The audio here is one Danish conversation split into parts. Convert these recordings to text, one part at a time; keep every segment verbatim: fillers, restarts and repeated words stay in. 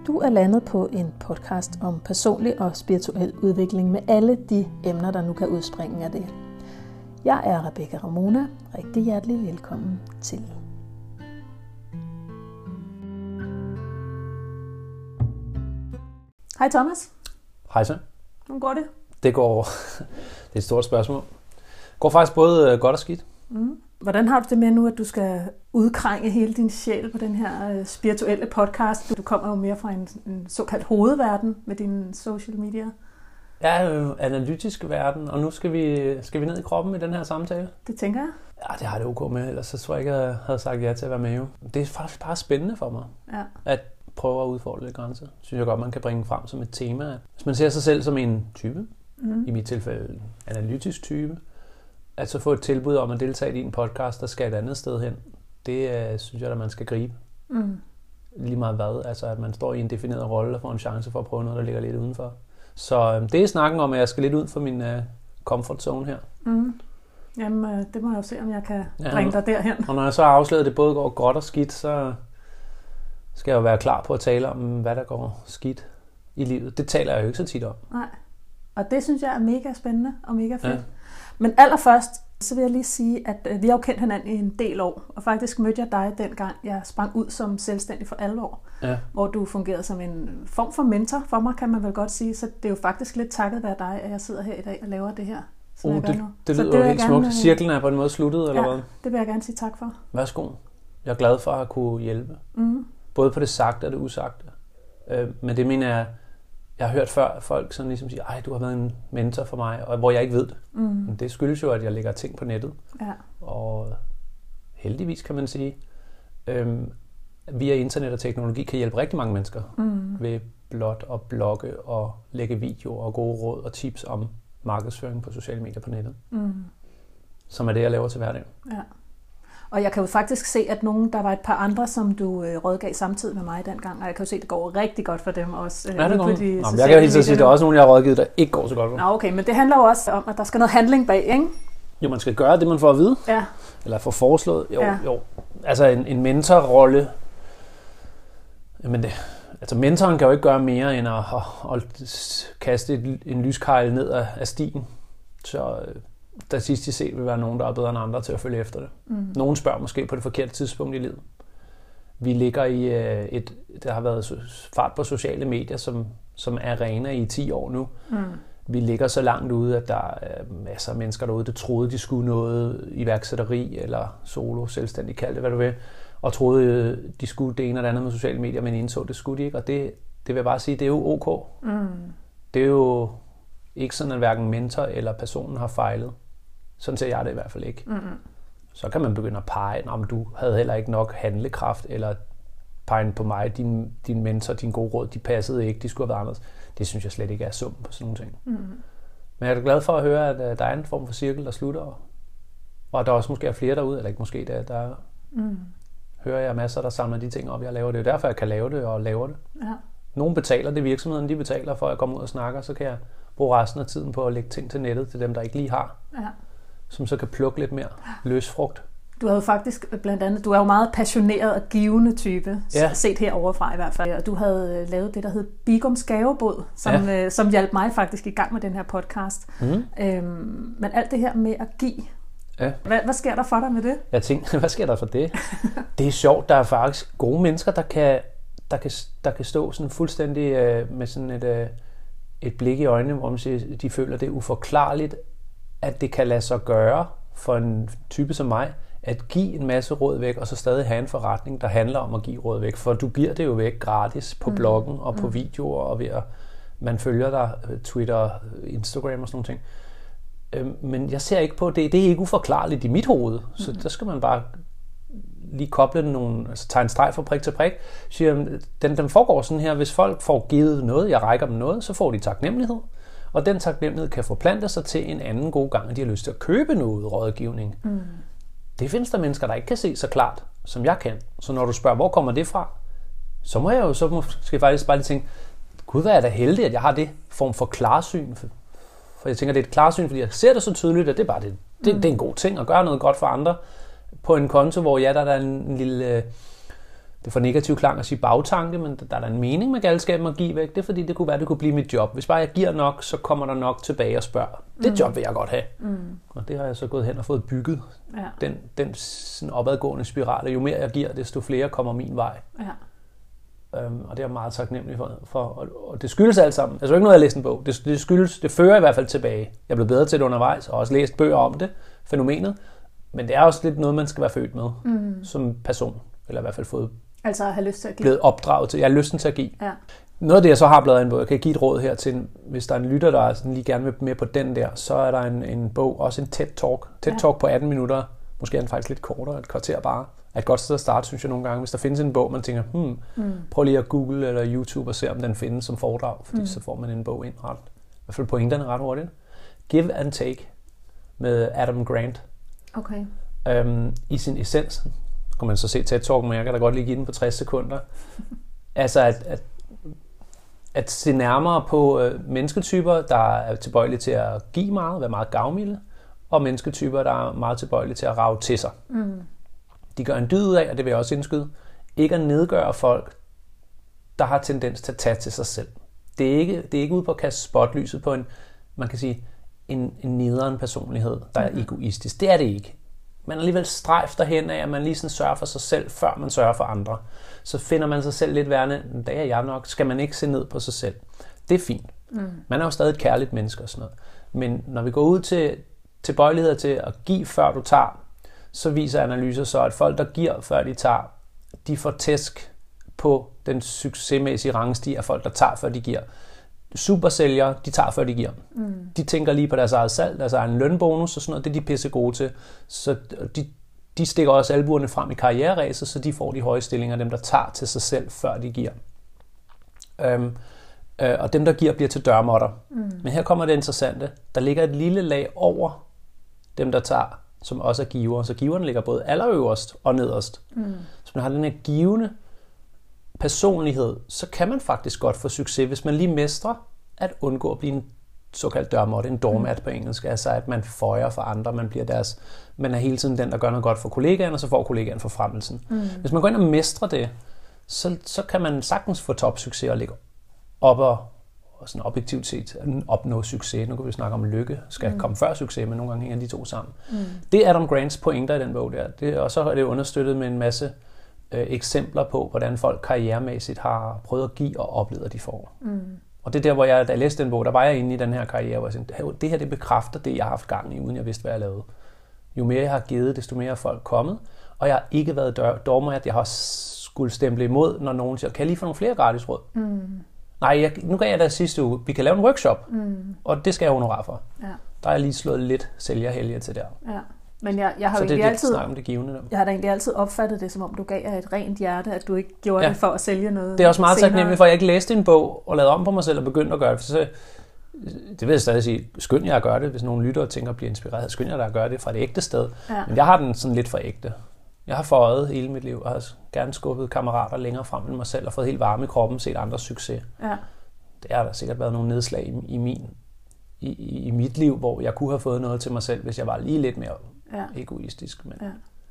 Du er landet på en podcast om personlig og spirituel udvikling med alle de emner, der nu kan udspringe af det. Jeg er Rebecca Ramona. Rigtig hjertelig velkommen til. Hej Thomas. Hej så. Hvordan går det? Det går, det er et stort spørgsmål. Det går faktisk både godt og skidt. Mm. Hvordan har du det med nu, at du skal udkrænge hele din sjæl på den her spirituelle podcast? Du kommer jo mere fra en, en såkaldt hovedverden med dine social media. Jeg er jo analytisk verden, og nu skal vi, skal vi ned i kroppen i den her samtale. Det tænker jeg. Ja, det har det ok med, ellers så tror jeg ikke, jeg havde sagt ja til at være med. Jo. Det er faktisk bare spændende for mig, ja. At prøve at udfordre lidt grænser. Synes jeg godt, man kan bringe frem som et tema. Hvis man ser sig selv som en type, mm. i mit tilfælde en analytisk type, at så få et tilbud om at deltage i en podcast, der skal et andet sted hen, det uh, synes jeg, at man skal gribe. Mm. Lige meget hvad, altså at man står i en defineret rolle og får en chance for at prøve noget, der ligger lidt udenfor. Så um, det er snakken om, at jeg skal lidt ud for min uh, comfort zone her. Mm. Jamen, uh, det må jeg jo se, om jeg kan ja, bringe dig derhen. Og når jeg så har afsløret, at det både går godt og skidt, så skal jeg jo være klar på at tale om, hvad der går skidt i livet. Det taler jeg jo ikke så tit om. Nej, og det synes jeg er mega spændende og mega fedt. Ja. Men allerførst, så vil jeg lige sige, at vi har jo kendt hinanden i en del år, og faktisk mødte jeg dig dengang, jeg sprang ud som selvstændig for alvor, ja. Hvor du fungerede som en form for mentor for mig, kan man vel godt sige, så det er jo faktisk lidt takket være dig, at jeg sidder her i dag og laver det her, som uh, jeg gør det, nu. det så lyder det jo helt smukt. Gerne, Cirklen er på en måde sluttet, eller ja, hvad? Det vil jeg gerne sige tak for. Værsgo. Jeg er glad for at kunne hjælpe. Mm. Både på det sagte og det usagte. Øh, men det mener jeg, jeg har hørt før folk sådan ligesom sige, ej, du har været en mentor for mig, og hvor jeg ikke ved det. Mm. Men det skyldes jo, at jeg lægger ting på nettet. Ja. Og heldigvis kan man sige, øhm, via internet og teknologi kan hjælpe rigtig mange mennesker mm. ved blot at blogge og lægge videoer og gode råd og tips om markedsføring på sociale medier på nettet. Mm. Som er det, jeg laver til hverdag. Ja. Og jeg kan jo faktisk se, at nogen, der var et par andre, som du øh, rådgav samtidig med mig dengang, og jeg kan jo se, at det går rigtig godt for dem også. Øh, ja, det går. Nå, jeg kan jo helt sige, at der er også nogen, jeg har rådgivet, der ikke går så godt for. Nå, okay, men det handler jo også om, at der skal noget handling bag, ikke? Jo, man skal gøre det, man får at vide. Ja. Eller få foreslået. Jo, ja. jo. Altså en, en mentorrolle. Jamen det, altså mentoren kan jo ikke gøre mere, end at, at, at kaste et, en lyskejl ned af, af stien. Så der sidst i set vil være nogen, der er bedre end andre til at følge efter det. Mm. Nogen spørger måske på det forkerte tidspunkt i livet. Vi ligger i et, der har været fart på sociale medier, som, som arena i ti år nu. Mm. Vi ligger så langt ude, at der er masser af mennesker derude, der troede, de skulle noget iværksætteri eller solo, selvstændig, kald det hvad du vil, og troede, de skulle det ene eller andet med sociale medier, men indså, det skulle de ikke. Og det, det vil jeg bare sige, det er jo ok. Mm. Det er jo ikke sådan, at hverken mentor eller personen har fejlet. Sådan ser jeg det i hvert fald ikke. Mm-hmm. Så kan man begynde at pege, om du havde heller ikke nok handlekraft, eller pege på mig, din, din mentor, din gode råd, de passede ikke, de skulle have været anderledes. Det synes jeg slet ikke er sundt på sådan nogle ting. Mm-hmm. Men jeg er glad for at høre, at der er en form for cirkel, der slutter, og der også måske er flere derude, eller ikke måske, der, der mm. hører jeg masser, der samler de ting op, jeg laver. Det er jo derfor, jeg kan lave det og laver det. Ja. Nogle betaler det, virksomheden de betaler for at komme ud og snakke, så kan jeg bruge resten af tiden på at lægge ting til nettet til dem, der ikke lige har. Ja. Som så kan plukke lidt mere løsfrugt. Du har jo faktisk blandt andet, du er jo meget passioneret og givende type, ja. Set heroverfra i hvert fald. Og du havde lavet det, der hed Bigums gavebod, som, ja. øh, som hjalp mig faktisk i gang med den her podcast. Mm. Øhm, men alt det her med at give, ja. hvad, hvad sker der for dig med det? Jeg tænkte, hvad sker der for det? Det er sjovt, der er faktisk gode mennesker, der kan, der kan, der kan stå sådan fuldstændig øh, med sådan et, øh, et blik i øjnene, hvor man siger, de føler, det er uforklarligt, at det kan lade sig gøre for en type som mig, at give en masse råd væk, og så stadig have en forretning, der handler om at give råd væk. For du giver det jo væk gratis på mm. bloggen og på mm. videoer, og ved at man følger dig, Twitter, Instagram og sådan nogle ting. Men jeg ser ikke på det. Det er ikke uforklarligt i mit hoved. Så mm. der skal man bare lige koble nogle, altså tage en streg fra prik til prik. Siger, den, den foregår sådan her, hvis folk får givet noget, jeg rækker dem noget, så får de taknemmelighed. Og den taknemmelighed kan forplante sig til en anden god gang, at de har lyst til at købe noget rådgivning. Mm. Det findes der mennesker, der ikke kan se så klart, som jeg kan. Så når du spørger, hvor kommer det fra, så må jeg jo så måske faktisk bare lige tænke, gud, hvad er da heldig, at jeg har det form for klarsyn. For jeg tænker, det er et klarsyn, fordi jeg ser det så tydeligt, at det er bare det. Det, mm. det er en god ting at gøre noget godt for andre på en konto, hvor ja, der er en, en lille det får negativ klang at sige bagtanke, men der er der en mening med galskaben at give væk. Det er fordi, det kunne være, det kunne blive mit job. Hvis bare jeg giver nok, så kommer der nok tilbage og spørger. Det mm. job vil jeg godt have. Mm. Og det har jeg så gået hen og fået bygget. Ja. Den, den sådan opadgående spiral. Jo mere jeg giver, desto flere kommer min vej. Ja. Øhm, og det er jeg meget taknemmelig for. for og, og det skyldes alt sammen. Altså ikke noget, jeg læste en bog. Det, det skyldes, det fører i hvert fald tilbage. Jeg blev bedre til det undervejs, og også læst bøger om det, fænomenet. Men det er også lidt noget, man skal være født med mm. som person. Eller i hvert fald fået altså at have lyst til at give. Blevet opdraget til. Jeg har lysten til at give. Ja. Noget af det, jeg så har bladret en bog, jeg kan give et råd her til, hvis der er en lytter, der sådan lige gerne vil med på den der, så er der en, en bog, også en TED-talk. TED-talk ja. På atten minutter, måske er den faktisk lidt kortere, et kvarter bare. Er et godt sted at starte, synes jeg nogle gange. Hvis der findes en bog, man tænker, hmm, mm. prøv lige at google eller YouTube og se, om den findes som foredrag, fordi mm. så får man en bog ind ret. I hvert fald pointerne ret hurtigt. Give and Take med Adam Grant. Okay. Øhm, I sin essens, kan man så se TED-talken, men jeg kan da godt lige give den på tres sekunder. Altså at, at, at se nærmere på øh, mennesketyper, der er tilbøjelige til at give meget, være meget gavmilde, og mennesketyper, der er meget tilbøjelige til at rage til sig. Mm. De gør en dyd ud af, og det vil jeg også indskyde, ikke at nedgøre folk, der har tendens til at tage til sig selv. Det er ikke, det er ikke ude på at kaste spotlyset på en, man kan sige, en, en nederen personlighed, der er mm. egoistisk. Det er det ikke. Man er alligevel strejf derhen af, at man lige sådan sørger for sig selv, før man sørger for andre. Så finder man sig selv lidt værende, det er jeg nok, skal man ikke se ned på sig selv. Det er fint. Mm. Man er jo stadig et kærligt menneske og sådan noget. Men når vi går ud til tilbøjeligheder til at give, før du tager, så viser analyser så, at folk, der giver, før de tager, de får tæsk på den succesmæssige rangstige af folk, der tager, før de giver. Supersælgere, de tager, før de giver. Mm. De tænker lige på deres eget salg, deres egen lønbonus og sådan noget, det er de pisse gode til. Så de, de stikker også albuerne frem i karriereræset, så de får de høje stillinger, dem der tager til sig selv, før de giver. Øhm, øh, og dem, der giver, bliver til dørmåtter. Mm. Men her kommer det interessante. Der ligger et lille lag over dem, der tager, som også er giver. Så giverne ligger både allerøverst og nederst. Mm. Så man har den her givende personlighed, så kan man faktisk godt få succes, hvis man lige mestrer at undgå at blive en såkaldt dørmåtte, en doormat mm. på engelsk, altså at man føjer for andre, man bliver deres, man er hele tiden den, der gør noget godt for kollegaen, og så får kollegaen forfremmelsen. Mm. Hvis man går ind og mestrer det, så, så kan man sagtens få topsucces og ligge op og, og sådan objektivt set opnå succes. Nu kan vi snakke om lykke, skal mm. komme før succes, men nogle gange hænger de to sammen. Mm. Det er Adam Grants pointer i den bog der, det, og så er det understøttet med en masse øh, eksempler på, hvordan folk karrieremæssigt har prøvet at give og oplevet, at de får. Mm. Og det er der, hvor jeg, da jeg læste den bog, der var jeg inde i den her karriere, hvor jeg tænkte, det her det bekræfter det, jeg har haft gang i, uden jeg vidste, hvad jeg lavede. Jo mere jeg har givet, desto mere er folk kommet, og jeg har ikke været dørmat, jeg har skulle stemple imod, når nogen siger, kan jeg lige få nogle flere gratis råd? Mm. Nej, jeg, nu gav jeg dig sidste uge, vi kan lave en workshop, mm. og det skal jeg honorere for. Ja. Der er jeg lige slået lidt sælgerhelge til der. Ja. Men jeg, jeg har så jo det, det altid, om det givende der. Jeg har da egentlig altid opfattet det, som om du gav af et rent hjerte, at du ikke gjorde ja. det for at sælge noget. Det er også meget taknemmelig for, at jeg ikke læste en bog og lavede om på mig selv og begyndte at gøre det. Så, det vil jeg stadig sige, skynd jer at gøre det, hvis nogen lytter og tænker at blive inspireret. Skynd jer at gøre det fra det ægte sted. Ja. Men jeg har den sådan lidt for ægte. Jeg har fået hele mit liv og har gerne skubbet kammerater længere frem end mig selv og fået helt varme i kroppen, set andres succes. Ja. Det har der sikkert været nogle nedslag i, i, min, i, i mit liv, hvor jeg kunne have fået noget til mig selv, hvis jeg var lige lidt mere ja. egoistisk. Men, ja.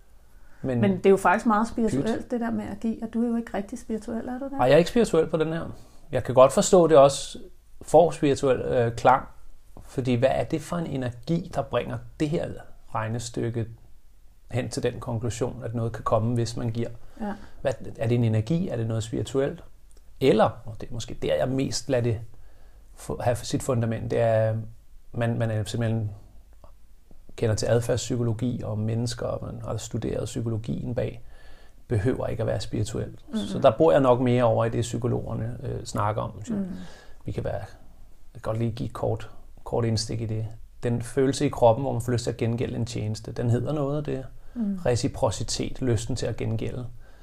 men, men det er jo faktisk meget spirituelt, pyt. Det der med at give, og du er jo ikke rigtig spirituel, er du det? Nej, jeg er ikke spirituel på den her. Jeg kan godt forstå, det også får spirituel øh, klang, fordi hvad er det for en energi, der bringer det her regnestykke hen til den konklusion, at noget kan komme, hvis man giver? Ja. Hvad, er det en energi? Er det noget spirituelt? Eller, og det er måske der, jeg mest lader det have sit fundament, det er, man, man er simpelthen kender til adfærdspsykologi og mennesker, og man har studeret psykologien bag, behøver ikke at være spirituel. Mm-hmm. Så der bor jeg nok mere over i det, psykologerne øh, snakker om. Mm. Vi kan være, jeg kan godt lige give et kort, kort indstik i det. Den følelse i kroppen, hvor man får lyst til at gengælde en tjeneste, den hedder noget af det. Mm. Reciprocitet, lysten til at gengælde.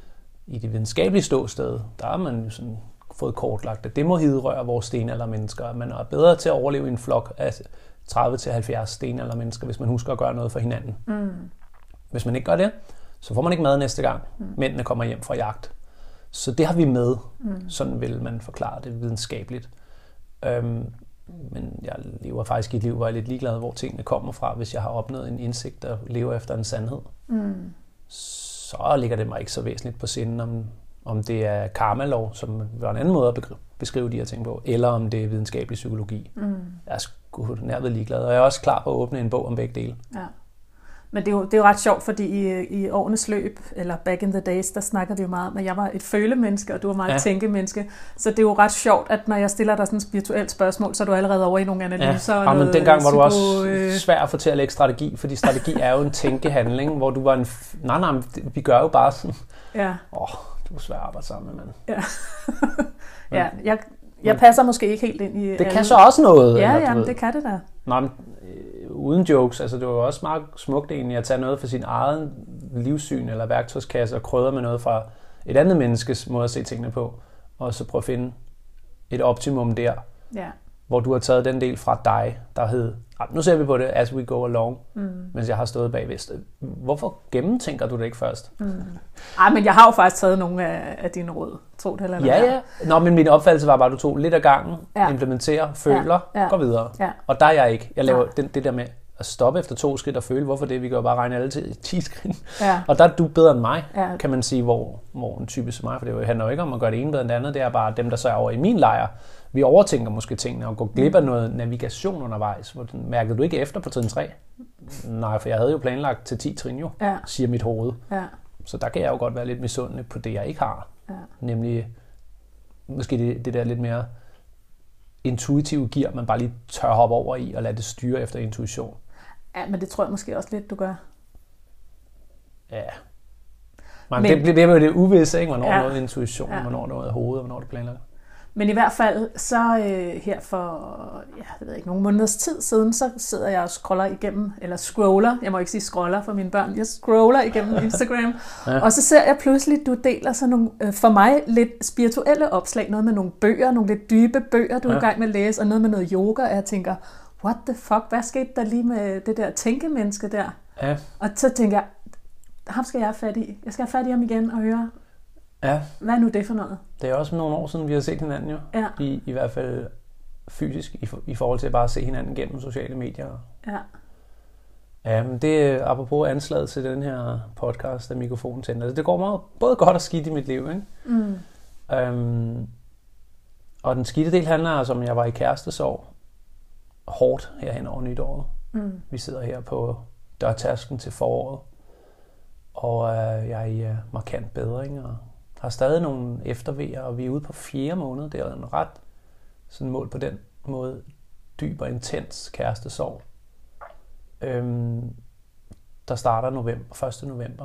I det videnskabelige ståsted, der har man jo sådan fået kortlagt, at det må hidrøre vores stenaldermennesker. Man er bedre til at overleve i en flok af tredive til halvfjerds stenaldermennesker, hvis man husker at gøre noget for hinanden. Mm. Hvis man ikke gør det, så får man ikke mad næste gang, mm. mændene kommer hjem fra jagt. Så det har vi med. Mm. Sådan vil man forklare det videnskabeligt. Øhm, men jeg lever faktisk i et liv, hvor jeg er lidt ligeglad, hvor tingene kommer fra, hvis jeg har opnået en indsigt og lever efter en sandhed. Mm. Så ligger det mig ikke så væsentligt på sinden, om, Om det er karmalov, som var en anden måde at beskrive de her ting på, eller om det er videnskabelig psykologi. Mm. Jeg er sgu nærved ligeglad, og jeg er også klar på at åbne en bog om begge dele. Ja. Men det er, jo, det er jo ret sjovt, fordi i, i årenes løb, eller back in the days, der snakker vi jo meget om, at jeg var et følemenneske, og du var meget ja. et tænkemenneske. Så det er jo ret sjovt, at når jeg stiller dig sådan et spirituelt spørgsmål, så er du allerede over i nogle analyser. Ja, ja men dengang var du også øh... svær at få til at lægge strategi, fordi strategi er jo en tænkehandling, hvor du var en... Nej, nej, vi gør jo bare sådan... Ja. Åh, oh, du er svær at arbejde sammen med, mand. Ja, ja jeg, jeg passer måske ikke helt ind i... Det alle... kan så også noget. Ja, ja, det kan det da. Nå, men, uden jokes, altså det var også meget smukt egentlig at tage noget fra sin egen livssyn eller værktøjskasse og krydre med noget fra et andet menneskes måde at se tingene på, og så prøve at finde et optimum der, ja. Hvor du har taget den del fra dig, der hed, nu ser vi på det as we go along, mm. mens jeg har stået bagvist. Hvorfor gennemtænker du det ikke først? Mm. Ej, men jeg har jo faktisk taget nogle af, af dine råd, tro det eller Ja, ja. Nå, men min opfattelse var bare, at du tog lidt af gangen, ja. implementerer, føler, ja. Ja. går videre. Ja. Og der er jeg ikke. Jeg laver ja. den, det der med at stoppe efter to skridt og føle, hvorfor det? Vi kan jo bare regne alle til ti skridt. Ja. Og der er du bedre end mig, ja. kan man sige, hvor, hvor en type som mig, for det handler jo ikke om at gøre det ene bedre end det andet, det er bare dem, der så er over i min lejr. Vi overtænker måske tingene og går glip af noget navigation undervejs. Hvor mærkede du ikke efter på trin tre? Nej, for jeg havde jo planlagt til ti trin jo, ja. siger mit hoved. Ja. Så der kan jeg jo godt være lidt misundelig på det, jeg ikke har. Ja. Nemlig måske det, det der lidt mere intuitive gear, man bare lige tør hoppe over i og lade det styre efter intuition. Ja, men det tror jeg måske også lidt, du gør. Ja. Man, men, det bliver jo det uvisse, ikke? Hvornår ja. noget er intuition, ja. hvornår noget er hovedet, og hvornår det er planlagt. Men i hvert fald, så øh, her for, ja, jeg ved ikke, nogle måneders tid siden, så sidder jeg og scroller igennem, eller scroller, jeg må ikke sige scroller for mine børn, jeg scroller igennem Instagram, ja. og så ser jeg pludselig, du deler sådan nogle, øh, for mig, lidt spirituelle opslag, noget med nogle bøger, nogle lidt dybe bøger, du er ja. i gang med at læse, og noget med noget yoga, og jeg tænker, what the fuck, hvad skete der lige med det der tænkemenneske der? Ja. Og så tænker jeg, ham skal jeg have fat i, jeg skal have fat i ham igen og høre, ja. hvad er nu det for noget? Det er også nogle år siden, vi har set hinanden jo. Ja. I, I hvert fald fysisk, i, for, i forhold til at bare se hinanden gennem sociale medier. Ja. Ja, men det er apropos anslaget til den her podcast af Mikrofonen Tændt. Altså, det går meget, både godt og skidt i mit liv, ikke? Mm. Um, og den skidte del handler altså om, at jeg var i kærestesorg hårdt herhen over nytåret. Mm. Vi sidder her på dørtasken til foråret, og øh, jeg er i øh, markant bedring, og har stadig nogle eftervejer, og vi er ude på fjerde måned. Det er en ret sådan mål på den måde dyb og intens kærestesorg. Øhm, der starter november, første november.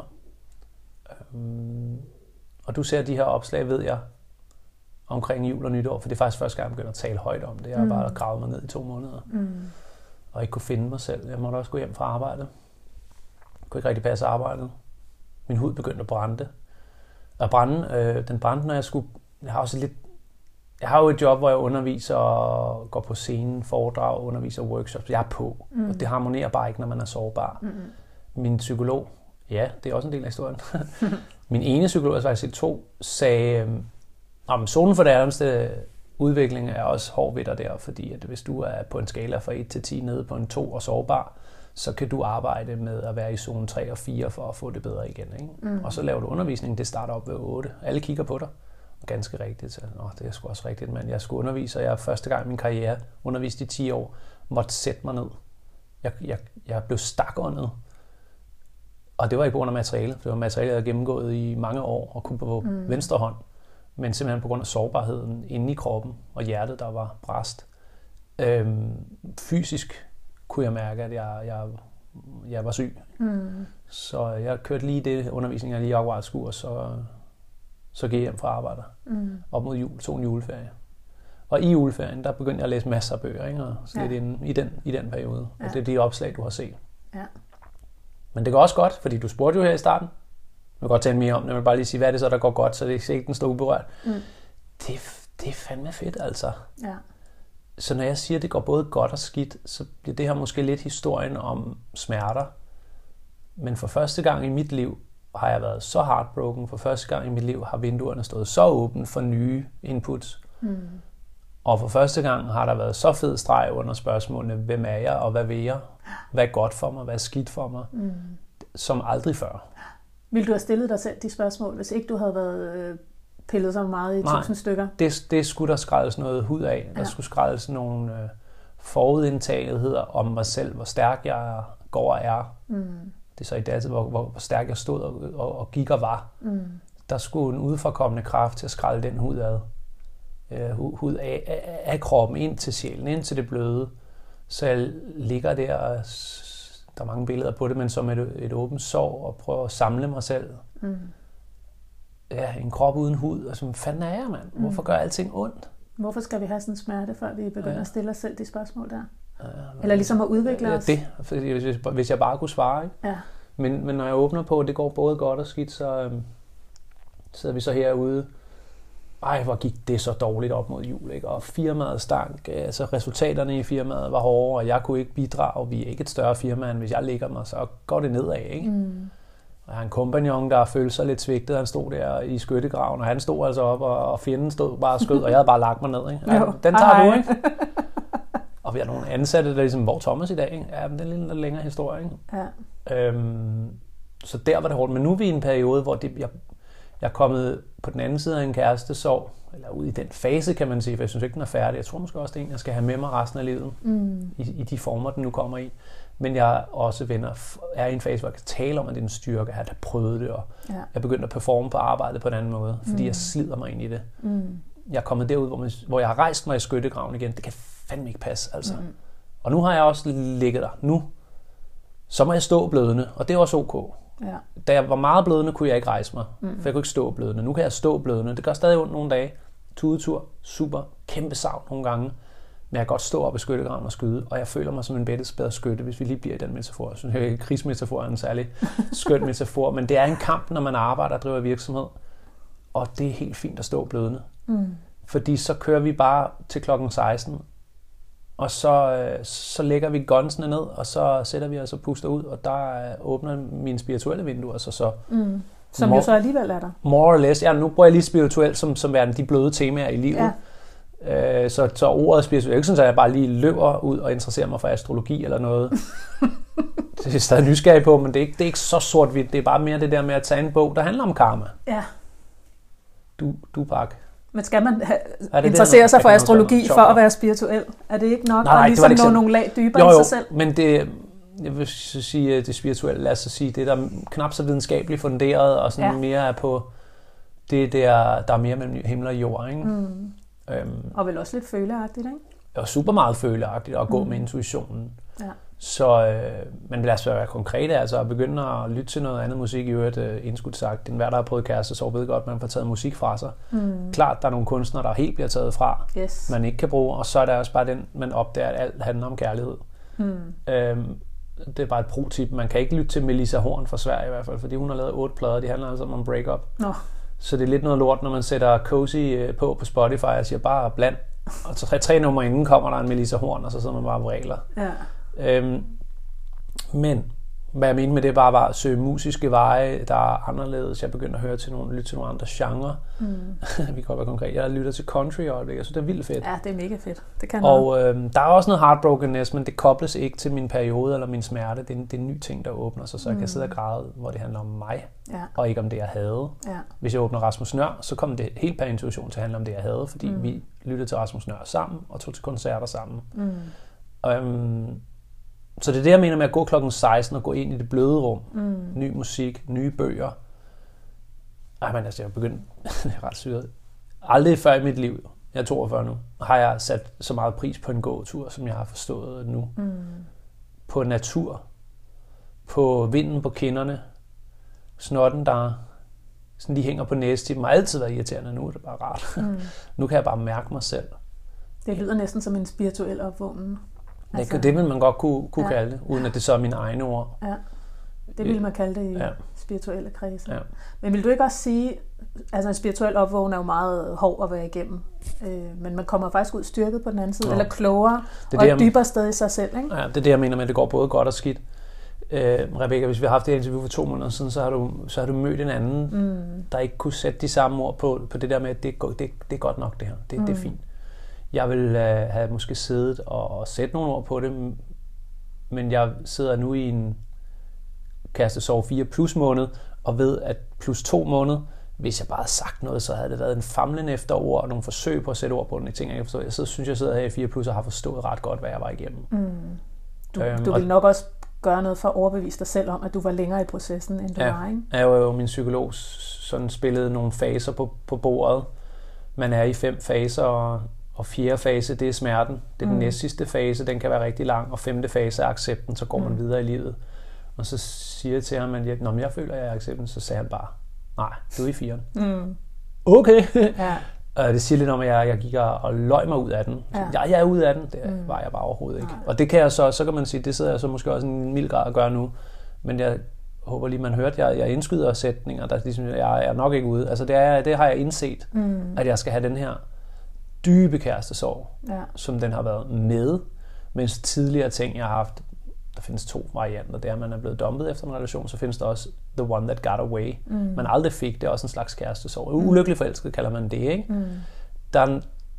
Øhm, og du ser de her opslag, ved jeg, omkring jul og nytår, for det er faktisk første gang, jeg begynder at tale højt om det. Jeg har mm. bare gravet mig ned i to måneder, mm. og ikke kunne finde mig selv. Jeg måtte også gå hjem fra arbejdet. Jeg kunne ikke rigtig passe arbejdet. Min hud begyndte at brænde. Og brænde, øh, den brændte, når jeg skulle... Jeg har også lidt... Jeg har jo et job, hvor jeg underviser og går på scenen, foredrag, underviser workshops. Jeg er på, mm. og det harmonerer bare ikke, når man er sårbar. Mm. Min psykolog, ja, det er også en del af historien. Min ene psykolog, jeg faktisk to, sagde, om zonen for det nærmeste udvikling er også hård ved dig der, fordi at hvis du er på en skala fra et til ti nede på en to og sårbar, så kan du arbejde med at være i zone tre og fire for at få det bedre igen. Ikke? Mm. Og så laver du undervisning, det starter op ved otte. Alle kigger på dig. Ganske rigtigt. Så, nå, det er sgu også rigtigt, men jeg skulle undervise, og jeg første gang i min karriere underviste i ti år, måtte sætte mig ned. Jeg, jeg, jeg blev stakåndet. Og det var ikke på grund af materiale. Det var materiale, jeg havde gennemgået i mange år og kunne på mm. venstre hånd. Men simpelthen på grund af sårbarheden inde i kroppen og hjertet, der var brast. Øhm, fysisk kunne jeg mærke, at jeg, jeg, jeg var syg. Mm. Så jeg kørte lige det undervisning, jeg lige akkurat skulle, og så, så gik jeg hjem fra arbejde. Mm. Op mod jul, tog en juleferie. Og i juleferien, der begyndte jeg at læse masser af bøger, ikke? Og så ja. lidt inde, i, den, i den periode. Ja. Og det er de opslag, du har set. Ja. Men det går også godt, fordi du spurgte jo her i starten. Jeg vil godt tale mere om det, jeg vil bare lige sige, hvad er det så, der går godt, så det ikke den står uberørt. Mm. Det, det er fandme fedt, altså. Ja. Så når jeg siger, at det går både godt og skidt, så bliver det her måske lidt historien om smerter. Men for første gang i mit liv har jeg været så heartbroken. For første gang i mit liv har vinduerne stået så åbne for nye inputs. Mm. Og for første gang har der været så fed streg under spørgsmålene, hvem er jeg og hvad vil jeg? Hvad er godt for mig? Hvad er skidt for mig? Mm. Som aldrig før. Vil du have stillet dig selv de spørgsmål, hvis ikke du havde været pillet så meget i Nej, tusind stykker? Det, det skulle der skrælles noget hud af. Der ja. skulle skrælles nogle øh, forudindtagetheder om mig selv, hvor stærk jeg går og er. Mm. Det er så i datid, hvor, hvor, hvor stærk jeg stod og, og, og gik og var. Mm. Der skulle en udefrakommende kraft til at skrælle den hud ad. Øh, hud af, af, af kroppen ind til sjælen, ind til det bløde. Så jeg ligger der, og der er mange billeder på det, men som et, et åbent sår, og prøver at samle mig selv. Mm. Ja, en krop uden hud, og så, hvad fanden er jeg, mand? Hvorfor gør alting ondt? Hvorfor skal vi have sådan en smerte, før vi begynder ja. at stille os selv de spørgsmål der? Ja, eller ligesom at udvikle ja, os? Det, fordi hvis, hvis jeg bare kunne svare, ikke? Ja. Men, men når jeg åbner på, det går både godt og skidt, så øhm, sidder vi så herude. Ej, hvor gik det så dårligt op mod jul, ikke? Og firmaet stank, altså resultaterne i firmaet var hårde, og jeg kunne ikke bidrage. Vi er ikke et større firma, end hvis jeg ligger mig, så går det nedad, ikke? Mm. Jeg har en kompagnon, der følte sig lidt svigtet. Han stod der i skyttegraven, og han stod altså op, og, og fjenden stod bare og skød, og jeg havde bare lagt mig ned. Ikke? Ja, den tager Ej. du, ikke? Og vi har nogle ansatte, der ligesom, hvor Thomas i dag? Ikke? Ja, men det er en lidt længere historie. Ikke? Ja. Øhm, så der var det hårdt. Men nu er vi i en periode, hvor det, jeg, jeg er kommet på den anden side af en kærestesorg, eller ud i den fase, kan man sige, for jeg synes ikke, den er færdig. Jeg tror måske også, det er en, jeg skal have med mig resten af livet, mm. i, i de former, den nu kommer i. Men jeg også venner, er i en fase, hvor jeg kan tale om, at det er en styrke, jeg har prøvet det, og ja. jeg er begyndt at performe på arbejdet på en anden måde, fordi mm. jeg slider mig ind i det. Mm. Jeg er kommet derud, hvor, man, hvor jeg har rejst mig i skyttegraven igen. Det kan fandme ikke passe, altså. Mm. Og nu har jeg også ligget der. Nu, så må jeg stå blødende, og det er også ok. Ja. Da jeg var meget blødende, kunne jeg ikke rejse mig, mm. for jeg kunne ikke stå blødende. Nu kan jeg stå blødende. Det gør stadig ondt nogle dage. Tudetur, super, kæmpe savn nogle gange. Men jeg kan godt stå op i skyttegraven og skyde, og jeg føler mig som en bedre skytte, hvis vi lige bliver i den metafor. Jeg synes, at krigsmetafor er en særlig skøn metafor, men det er en kamp, når man arbejder og driver virksomhed, og det er helt fint at stå blødende. Mm. Fordi så kører vi bare til klokken seksten, og så, så lægger vi gunsene ned, og så sætter vi os og puster ud, og der åbner mine spirituelle vinduer, så så... Mm. Som more, jo så alligevel er der. More or less. Ja, nu bruger jeg lige spirituelt som, som værende de bløde temaer i livet. Ja. Så, så ordet spirituelt, ikke sådan, at jeg bare lige løber ud og interesserer mig for astrologi eller noget. Det er jeg stadig nysgerrig på, men det er ikke, det er ikke så sort-hvidt. Det er bare mere det der med at tage en bog, der handler om karma. Ja. Du, du bak. Men skal man have, interessere sig for astrologi for at være spirituel? Er det ikke nok? Nej, nej, og ligesom det nå nogle lag dybere jo, jo, i sig selv? Men det, jeg vil sige, det spirituelle, lad os sige, det der knap så videnskabeligt funderet, og sådan ja. mere er på det der, der er mere mellem himmel og jord, ikke? Mm. Øhm, og vel også lidt føleagtigt, ikke? Og super meget føleagtigt at gå mm. med intuitionen. Ja. Så, øh, men lad os være konkrete, altså at begynde at lytte til noget andet musik, i øvrigt øh, indskudt sagt. Den hver, der har prøvet kæreste, så ved godt, at man får taget musik fra sig. Mm. Klart, der er nogle kunstnere, der helt bliver taget fra, yes. man ikke kan bruge, og så er der også bare den, man opdager, at alt handler om kærlighed. Mm. Øhm, det er bare et pro-tip. Man kan ikke lytte til Melissa Horn fra Sverige i hvert fald, fordi hun har lavet otte plader, de handler altså om break-up. Nå. Så det er lidt noget lort, når man sætter Cozy på på Spotify og siger bare bland. Og så tre, tre numre inden kommer der en Melissa Horn, og så sidder man bare og regler. Ja. Øhm, men hvad jeg mener med det bare var at søge musiske veje, der er anderledes. Jeg begyndte at høre til nogle, lytte til nogle andre genrer. Mm. Vi kan godt være konkret. Jeg lytter til country og jeg synes, det er vildt fedt. Ja, det er mega fedt. Det kan og øhm, der er også noget heartbrokenness, men det kobles ikke til min periode eller min smerte. Det er en, det er en ny ting, der åbner sig, så jeg mm. kan sidde og græde, hvor det handler om mig, ja. og ikke om det, jeg havde. Ja. Hvis jeg åbner Rasmus Nøhr, så kommer det helt per intuition til at handle om det, jeg havde, fordi mm. vi lyttede til Rasmus Nøhr sammen og tog til koncerter sammen. Mm. Øhm, Så det er det, jeg mener med at gå klokken seksten og gå ind i det bløde rum. Mm. Ny musik, nye bøger. Ej, men altså, jeg er begyndt... det er ret syret. Aldrig før i mit liv, jeg er toogfyrre nu, har jeg sat så meget pris på en gåtur, som jeg har forstået nu. Mm. På natur. På vinden på kinderne. Snotten, der sådan de hænger på næstippen. Har altid været irriterende, nu er det bare rart. Mm. Nu kan jeg bare mærke mig selv. Det lyder næsten som en spirituel opvågning. Altså, det vil man godt kunne, kunne ja. kalde det, uden at det så er mine egne ord. Ja, det vil man kalde det i ja. spirituelle kredse. Ja. Men vil du ikke også sige, altså en spirituel opvågning er jo meget hård at være igennem, øh, men man kommer faktisk ud styrket på den anden side, ja. eller klogere, det og et dybere sted i sig selv, ikke? Ja, det er det, jeg mener med, at det går både godt og skidt. Øh, Rebecca, hvis vi har haft det her interview for to måneder siden, så har du, så har du mødt en anden, mm. der ikke kunne sætte de samme ord på, på det der med, at det, det, det er godt nok det her, det, mm. det er fint. Jeg vil uh, have måske siddet og, og sætte nogle ord på det, men jeg sidder nu i en kærestesorg fire plus måned, og ved, at plus to måned hvis jeg bare havde sagt noget, så havde det været en famlen efter ord, og nogle forsøg på at sætte ord på nogle ting, jeg ikke forstår. Jeg synes, jeg sidder her i fire plus og har forstået ret godt, hvad jeg var igennem. Mm. Du, øhm, du vil nok også gøre noget for at overbevise dig selv om, at du var længere i processen, end du ja, var, ikke? Jeg var jo min psykolog sådan spillede nogle faser på, på bordet. Man er i fem faser, og, og fjerde fase, det er smerten. Det er mm. den næst sidste fase, den kan være rigtig lang, og femte fase er accepten, så går mm. man videre i livet. Og så siger jeg til ham, at jeg, når jeg føler, at jeg er accepten, så sagde han bare, nej, du er i firen. Mm. Okay. Ja. Og det siger lidt om, at jeg, jeg gik og løg mig ud af den. Ja. Ja, jeg er ude af den. Det mm. var jeg bare overhovedet ikke. Nej. Og det kan jeg så, så kan man sige, det sidder jeg så måske også en mild grad at gøre nu. Men jeg håber lige, man hørte, jeg, jeg indskyder sætninger, der ligesom, jeg er nok ikke ude. Altså det, er, det har jeg indset, mm. at jeg skal have den her dybe kærestesorg, ja. Som den har været med. Mens tidligere ting, jeg har haft, der findes to varianter. Det er, at man er blevet dumpet efter en relation, så findes der også the one that got away. Mm. Man aldrig fik, det er også en slags kærestesorg. Mm. Ulykkelig forelsket kalder man det, ikke? Mm. Der,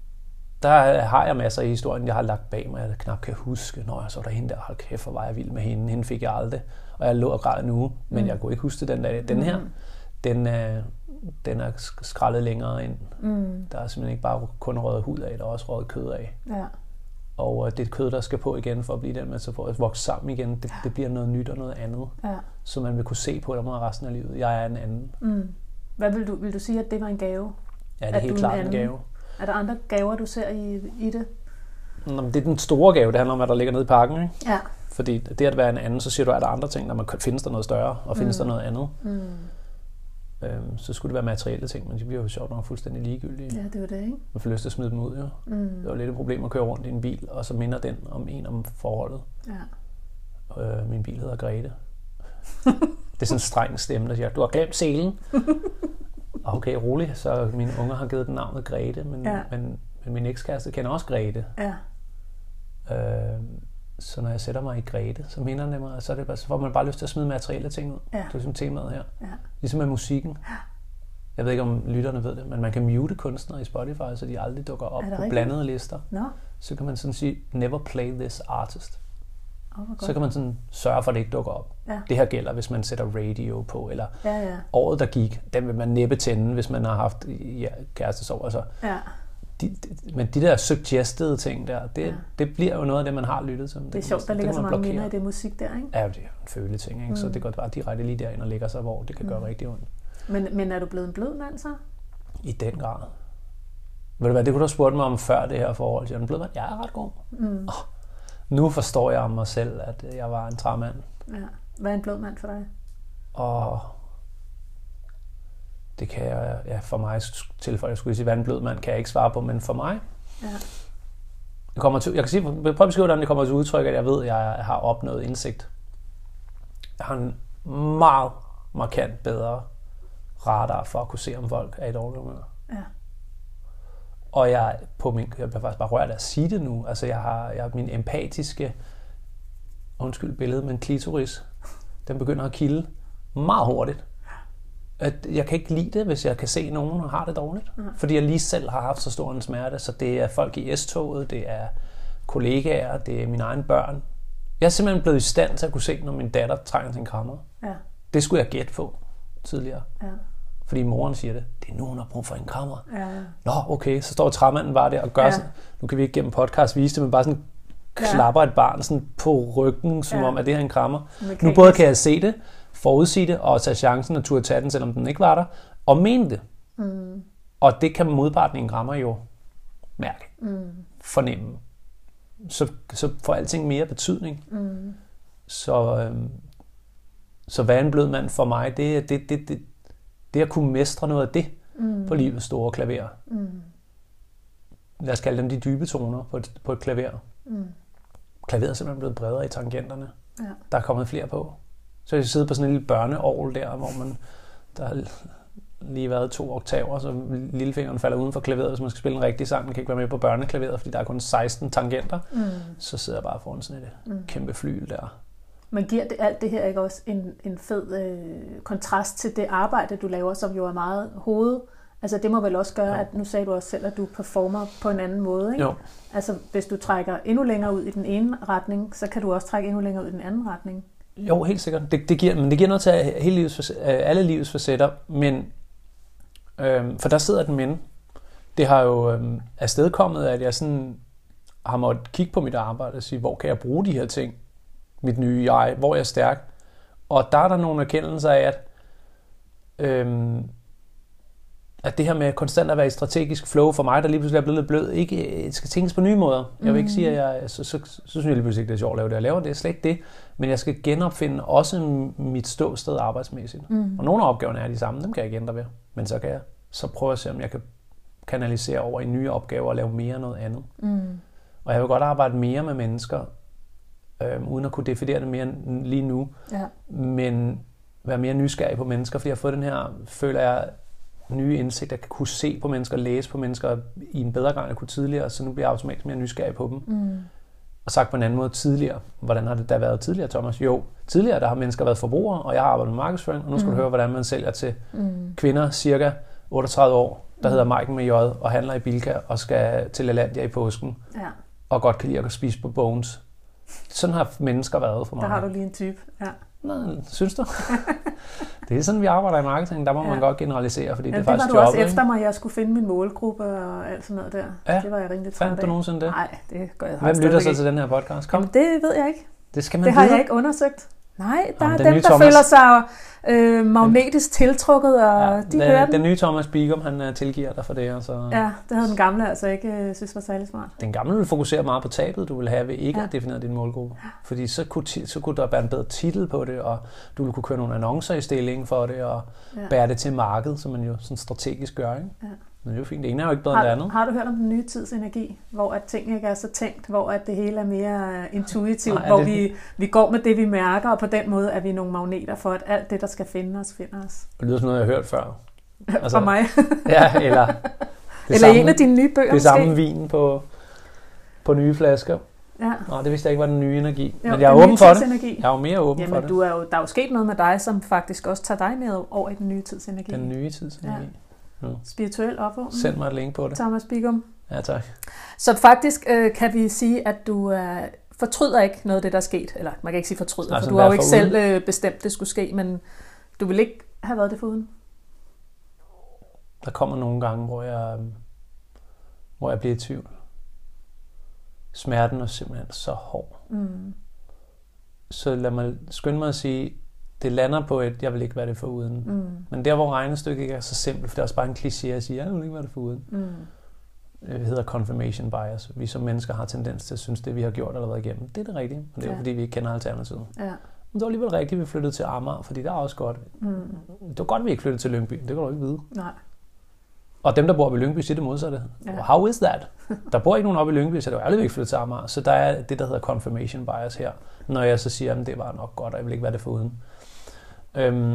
der har jeg masser i historien, jeg har lagt bag mig, jeg knap kan huske. Nå, så var der hende der, hold kæft, hvor var jeg vild med hende. Hende fik jeg aldrig. Og jeg lå og græd nu, men mm. jeg kunne ikke huske den der. Den her, mm. den, øh, den er skrællet længere ind. Mm. Der er simpelthen ikke bare kun røget hud af, der er også røget kød af. Ja. Og det kød, der skal på igen for at blive den, men så for at vokse sammen igen, det, det bliver noget nyt og noget andet. Ja. Så man vil kunne se på dig resten af livet. Jeg er en anden. Mm. Hvad vil du, vil du sige, at det var en gave? Ja, det er helt klart en, en gave. Er der andre gaver, du ser i, i det? Nå, det er den store gave, det handler om, hvad der ligger nede i pakken. Ikke? Ja. Fordi det at være en anden, så siger du, at der er andre ting, der man findes der noget større, og findes mm. der noget andet. Mm. Øhm, så skulle det være materielle ting, men de bliver jo sjovt nok fuldstændig ligegyldige. Ja, det var det, ikke? Man får lyst til at smide dem ud, jo. Mm. Det var lidt et problem at køre rundt i en bil, og så minder den om en om forholdet. Ja. Øh, min bil hedder Grete. Det er sådan en streng stemme, der siger, du har glemt selen. Okay, rolig, så mine unger har givet den navnet Grete, men, ja. men, men min ekskæreste kender også Grete. Ja. Øh, så når jeg sætter mig i Grete, så minder det mig, så, er det bare, så får man bare lyst til at smide materielle ting ud. Ja. Det er ligesom temaet her. Ja. Ligesom med musikken. Jeg ved ikke, om lytterne ved det, men man kan mute kunstnere i Spotify, så de aldrig dukker op på rigtigt? Blandede lister. No. Så kan man sådan sige, never play this artist. Oh, så kan man sådan sørge for, at det ikke dukker op. Ja. Det her gælder, hvis man sætter radio på, eller ja, ja. Året, der gik, den vil man næppe tænde, hvis man har haft ja, kærestesorg. Altså. Ja. De, de, men de der suggested ting der, det, ja. Det bliver jo noget af det, man har lyttet til. Det er det, sjovt, der ligger så mange minder i det musik der, ikke? Ja, det er en føleting, ikke? Mm. Så det går bare direkte lige derind og lægger sig, hvor det kan gøre mm. rigtig ondt. Men, men er du blevet en blød mand så? I den grad. Ved du hvad, det kunne du have spurgt mig om før det her forhold. Jeg er en blød mand. Jeg er ret god. Mm. Oh, nu forstår jeg om mig selv, at jeg var en træmand. Ja. Hvad er en blød mand for dig? Og det kan jeg, ja, for mig tilføje, jeg skulle sige, hvad en blød mand kan jeg ikke svare på, men for mig, ja. Jeg, kommer til, jeg kan sige, prøv at beskrive, hvordan det kommer til udtryk, at jeg ved, at jeg har opnået indsigt. Jeg har en meget markant bedre radar for at kunne se, om folk er i dårlig humør. Ja. Og jeg, på min, jeg bliver faktisk bare rørt af at sige det nu, altså jeg har, jeg har min empatiske, undskyld billede, men klitoris, den begynder at kilde meget hurtigt. At jeg kan ikke lide det, hvis jeg kan se nogen, der har det dårligt. Mm. Fordi jeg lige selv har haft så stor en smerte, så det er folk i S-toget, det er kollegaer, det er mine egne børn. Jeg er simpelthen blevet i stand til at kunne se, når min datter trænger til en krammer. Ja. Det skulle jeg gætte på tidligere. Ja. Fordi moren siger det. Det er nu, hun har brug for en krammer. Ja. Nå, okay, så står træmanden bare der og gør ja. Sådan. Nu kan vi ikke gennem podcast vise det, men bare sådan klapper et barn sådan på ryggen, som ja. Om, at det her er en krammer. Nu både kan jeg se det, forudsige det, og tage chancen og turde tage den, selvom den ikke var der, og mene det. Mm. Og det kan modparten i en krammer jo mærke, mm. fornemme. Så, så får alting mere betydning. Mm. Så, øhm, så hvad en blød mand for mig, det er det, det, det, det at kunne mestre noget af det mm. på livets store klaver. Mm. Lad os kalde dem de dybe toner på et, på et klaver. Mm. Klaveret er simpelthen blevet bredere i tangenterne. Ja. Der er kommet flere på. Så jeg sidder på sådan en lille børneorgel der, hvor man, der har lige været to oktaver, så lillefingeren falder uden for klaveret, hvis man skal spille en rigtig sang. Man kan ikke være med på børneklaveret, fordi der er kun seksten tangenter. Mm. Så sidder jeg bare foran sådan et mm. kæmpe flyl der. Men giver det, alt det her ikke også en, en fed øh, kontrast til det arbejde, du laver, som jo er meget hoved? Altså det må vel også gøre, jo. At nu sagde du også selv, at du performer på en anden måde, ikke? Jo. Altså hvis du trækker endnu længere ud i den ene retning, så kan du også trække endnu længere ud i den anden retning. Jo, helt sikkert. Det, det giver, men det giver noget til hele livets, alle livets facetter, men Øhm, for der sidder den men. Det har jo øhm, afstedkommet, at jeg sådan har måttet kigge på mit arbejde og sige, hvor kan jeg bruge de her ting? Mit nye jeg, hvor er jeg stærk? Og der er der nogle erkendelser af, at, øhm, at det her med konstant at være i strategisk flow for mig, der lige pludselig er blevet lidt blød, ikke skal tænkes på nye måder. Jeg vil ikke sige, at jeg, så, så, så, så synes jeg lige pludselig ikke, det er sjovt at lave det. Jeg laver det, er slet ikke det. Men jeg skal genopfinde også mit ståsted arbejdsmæssigt. Mm. Og nogle af opgaverne er de samme, dem kan jeg ændre ved. Men så kan jeg så prøve at se, om jeg kan kanalisere over i nye opgaver og lave mere noget andet. Mm. Og jeg vil godt arbejde mere med mennesker, øh, uden at kunne definere det mere lige nu. Ja. Men være mere nysgerrig på mennesker, fordi jeg har fået den her, føler jeg, nye indsigt, at jeg kan kunne se på mennesker, læse på mennesker i en bedre grad, end jeg kunne tidligere, så nu bliver jeg automatisk mere nysgerrig på dem. Mm. Og sagt på en anden måde tidligere. Hvordan har det da været tidligere, Thomas? Jo, tidligere der har mennesker været forbrugere, og jeg har arbejdet med markedsføring, og nu skal mm. du høre, hvordan man sælger til mm. kvinder cirka otteogtredive år, der mm. hedder Maiken med J, og handler i Bilka, og skal til Lalandia i påsken, ja. Og godt kan lide at spise på Bones. Sådan har mennesker været for mig. Der har du lige en type, ja. Nå, synes du? Det er sådan, vi arbejder i marketing. Der må ja. man godt generalisere, fordi ja, det er faktisk jobbet. Det var du også efter mig, jeg skulle finde min målgruppe og alt sådan noget der. Ja. Det var jeg rimelig træt af. Fandt du nogensinde det? Nej, det gør jeg. Hvem lytter så til den her podcast? Kom. Jamen, det ved jeg ikke. Det skal man Det har vide. jeg ikke undersøgt. Nej, der Jamen, er dem, der Thomas... føler sig øh, magnetisk tiltrukket, og ja, de den, hører den. Den nye Thomas Bigum, han uh, tilgiver dig for det. Og så... Ja, det havde den gamle altså ikke øh, synes var særlig smart. Den gamle vil fokusere meget på tabet, du vil have ved ikke ja. at definere din målgruppe. Fordi så kunne, så kunne der være en bedre titel på det, og du ville kunne køre nogle annoncer i stillingen for det, og ja. bære det til markedet, som man jo sådan strategisk gør. Ikke? Ja. Men det er jo fint. Det ene er jo ikke bedre har, end det andet. Har du hørt om den nye tids energi, hvor at tingene ikke er så tænkt, hvor at det hele er mere intuitivt, Nej, hvor det... vi, vi går med det, vi mærker, og på den måde er vi nogle magneter for, at alt det, der skal finde os, finder os. Det lyder som noget, jeg har hørt før. Altså, fra mig. Ja, eller... Det eller samme, en af dine nye bøger, det måske. Samme vin på, på nye flasker. Ja. Nå, det vidste jeg ikke var den nye energi. Jo, men jeg er åben for det. Energi. Jeg er jo mere åben Jamen, for det. Du er jo, der er jo sket noget med dig, som faktisk også tager dig med over i den nye tids energi. Den nye tids energi. Ja. No. Spirituel opvågning. Send mig et link på det. Thomas Bigum. Ja, tak. Så faktisk øh, kan vi sige, at du øh, fortryder ikke noget af det, der er sket. Eller man kan ikke sige fortryder, altså, for du har jo ikke selv øh, bestemt, det skulle ske, men du vil ikke have været det foruden? Der kommer nogle gange, hvor jeg, hvor jeg bliver i tvivl. Smerten er simpelthen så hård. Mm. Så lad mig skynde mig at sige, det lander på et, jeg vil ikke være det foruden. Mm. Men der, hvor regnestykket ikke er så simpelt, for det er også bare en kliché at sige, jeg vil ikke være det foruden. Mm. Det hedder confirmation bias. Vi som mennesker har tendens til at synes, det vi har gjort eller været igennem, det er det rigtige. Og det er ja. fordi, vi ikke kender alternativet. Ja. Men det var alligevel rigtigt, at vi flyttede til Amager, fordi det er også godt. Mm. Det var godt, at vi ikke flyttede til Lyngby. Det kan du ikke vide. Nej. Og dem, der bor oppe i Lyngby, siger det modsatte. Ja. How is that? Der bor ikke nogen oppe i Lyngby, så det var aldrig ikke flyttet til Amager. Så der er det, der hedder confirmation bias her. Når jeg så siger, at det var nok godt, og jeg vil ikke være det foruden. Øhm,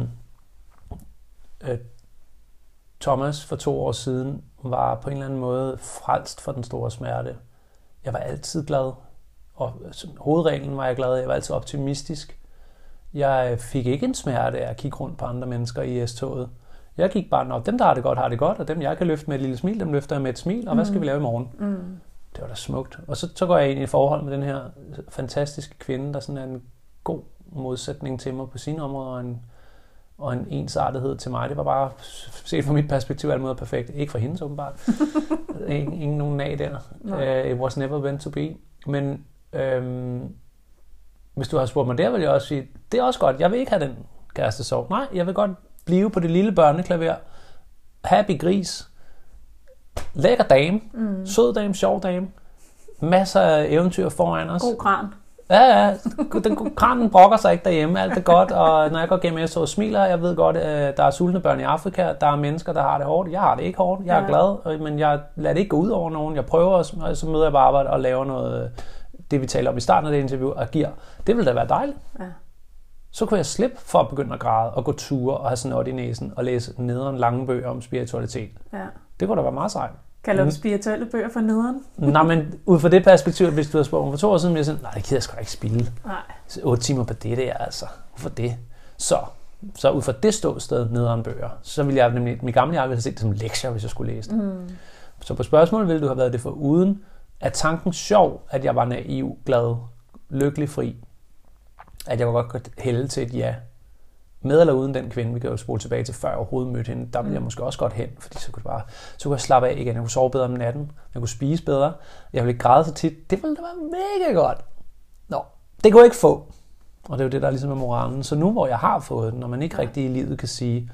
øh, Thomas for to år siden var på en eller anden måde frelst for den store smerte. Jeg var altid glad, og hovedreglen var jeg glad. Jeg var altid optimistisk. Jeg fik ikke en smerte af at kigge rundt på andre mennesker i S-toget. Jeg gik bare, når dem, der har det godt, har det godt, og dem, jeg kan løfte med et lille smil, dem løfter jeg med et smil, og hvad skal vi lave i morgen? Mm. Det var da smukt. Og så, så går jeg ind i et forhold med den her fantastiske kvinde, der sådan er en god modsætning til mig på sine områder, og en, og en ensartethed til mig. Det var bare, set fra mit perspektiv, alt måde perfekt. Ikke for hendes åbenbart. ingen, ingen nogen nag der. Uh, it was never meant to be. Men øhm, hvis du har spurgt mig der, vil jeg også sige, det er også godt. Jeg vil ikke have den kæreste sov. Nej, jeg vil godt blive på det lille børneklaver. Happy gris. Lækker dame. Mm. Sød dame, sjov dame. Masser af eventyr foran os. God kran. Ja, ja. Den, kranen brokker sig ikke derhjemme. Alt er godt. Og når jeg går gennem så smiler, jeg ved godt, at der er sultne børn i Afrika. Der er mennesker, der har det hårdt. Jeg har det ikke hårdt. Jeg er ja. glad. Men jeg lader det ikke gå ud over nogen. Jeg prøver, og så møder jeg på arbejde og laver noget, det vi taler om i starten af det interview, og giver. Det ville da være dejligt. Ja. Så kunne jeg slippe for at begynde at græde og gå ture og have snot i næsen og læse nederen lange bøger om spiritualitet. Ja. Det kunne da være meget sejt. Kalder du spirituelle bøger for nederen? Nej, men ud fra det perspektiv, hvis du havde spurgt mig for to år siden, ville jeg sige, nej, det gider jeg sgu da ikke spille. Nej. otte timer på det der, altså. Hvorfor det? Så, så ud fra det ståsted nederen bøger, så ville jeg nemlig, min gamle jeg ville have set det som lektier, hvis jeg skulle læse det. Mm. Så på spørgsmålet ville du have været det for uden, at tanken sjov, at jeg var naiv, glad, lykkelig, fri, at jeg godt kunne hælde til et ja. med eller uden den kvinde, vi kan jo spole tilbage til, før jeg overhovedet mødte hende, der ville jeg måske også godt hen, fordi så kunne, bare, så kunne jeg slappe af igen, jeg kunne sove bedre om natten, jeg kunne spise bedre, jeg ville ikke græde så tit, det ville da være mega godt. Nå, det kunne jeg ikke få, og det er jo det, der er ligesom med moralen. Så nu, hvor jeg har fået den, når man ikke rigtig i livet kan sige,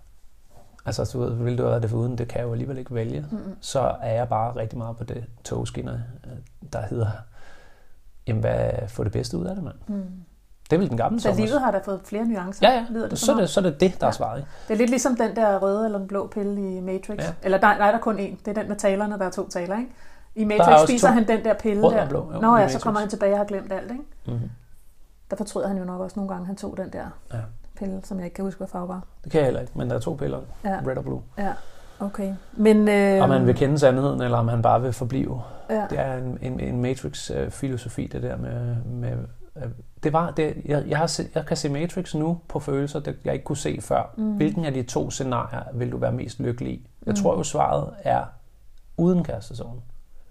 altså, du ved, vil du have været det foruden, det kan jeg jo alligevel ikke vælge, mm-hmm. så er jeg bare rigtig meget på det togskinner, der hedder, jamen, hvad få det bedste ud af det, mand. Mm. Det er vel den gamle Thomas. Så livet har da fået flere nuancer? Ja, ja. Det, så, det, så er det det, der ja. er svaret. Ikke? Det er lidt ligesom den der røde eller den blå pille i Matrix. Ja. Eller der, der er der kun én. Det er den med talerne, der er to taler, ikke? I Matrix spiser to. han den der pille rød der. Og blå. Jo, Nå ja, så kommer han tilbage og har glemt alt, ikke? Mm-hmm. Der fortryder han jo nok også nogle gange, han tog den der ja. pille, som jeg ikke kan huske, hvad farve var. Det kan jeg heller ikke, men der er to piller. Ja. Red og blue. Ja, okay. Men, øh... om han vil kende sandheden, eller om han bare vil forblive. Ja. Det er en, en, en Matrix-filosofi, det der med... med det var det, jeg, jeg, har set, jeg kan se Matrix nu på følelser, det jeg ikke kunne se før. Mm. Hvilken af de to scenarier vil du være mest lykkelig i? Jeg mm. tror jo, svaret er uden kærestesorgen.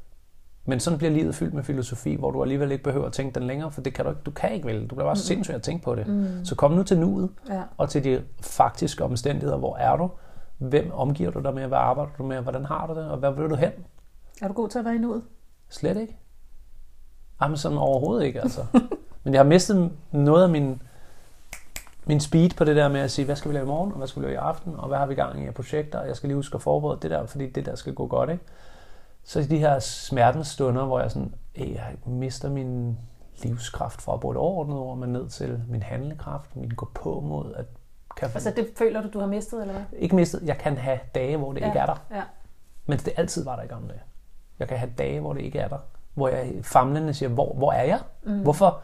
Men sådan bliver livet fyldt med filosofi, hvor du alligevel ikke behøver at tænke den længere, for det kan du ikke, du kan ikke vælge. Du bliver bare mm. sindssygt at tænke på det. Mm. Så kom nu til nuet, ja. og til de faktiske omstændigheder. Hvor er du? Hvem omgiver du dig med? Hvad arbejder du med? Hvordan har du det? Og hvad vil du hen? Er du god til at være i nuet? Slet ikke. Jamen sådan overhovedet ikke, altså. Men jeg har mistet noget af min, min speed på det der med at sige, hvad skal vi lave i morgen, og hvad skal vi lave i aften, og hvad har vi gang i af projekter, og jeg skal lige huske at forberede det der, fordi det der skal gå godt, ikke? Så i de her smertens stunder, hvor jeg sådan, jeg mister min livskraft fra at bruge det overordnede ord, men ned til min handlekraft, min gå på mod at... Kan altså det føler du, du har mistet, eller hvad? Ikke mistet. Jeg kan have dage, hvor det ja, ikke er der. Ja. Men det altid var der i gamle dage. Jeg kan have dage, hvor det ikke er der. Hvor jeg famlende siger, hvor, hvor er jeg? Mm. Hvorfor?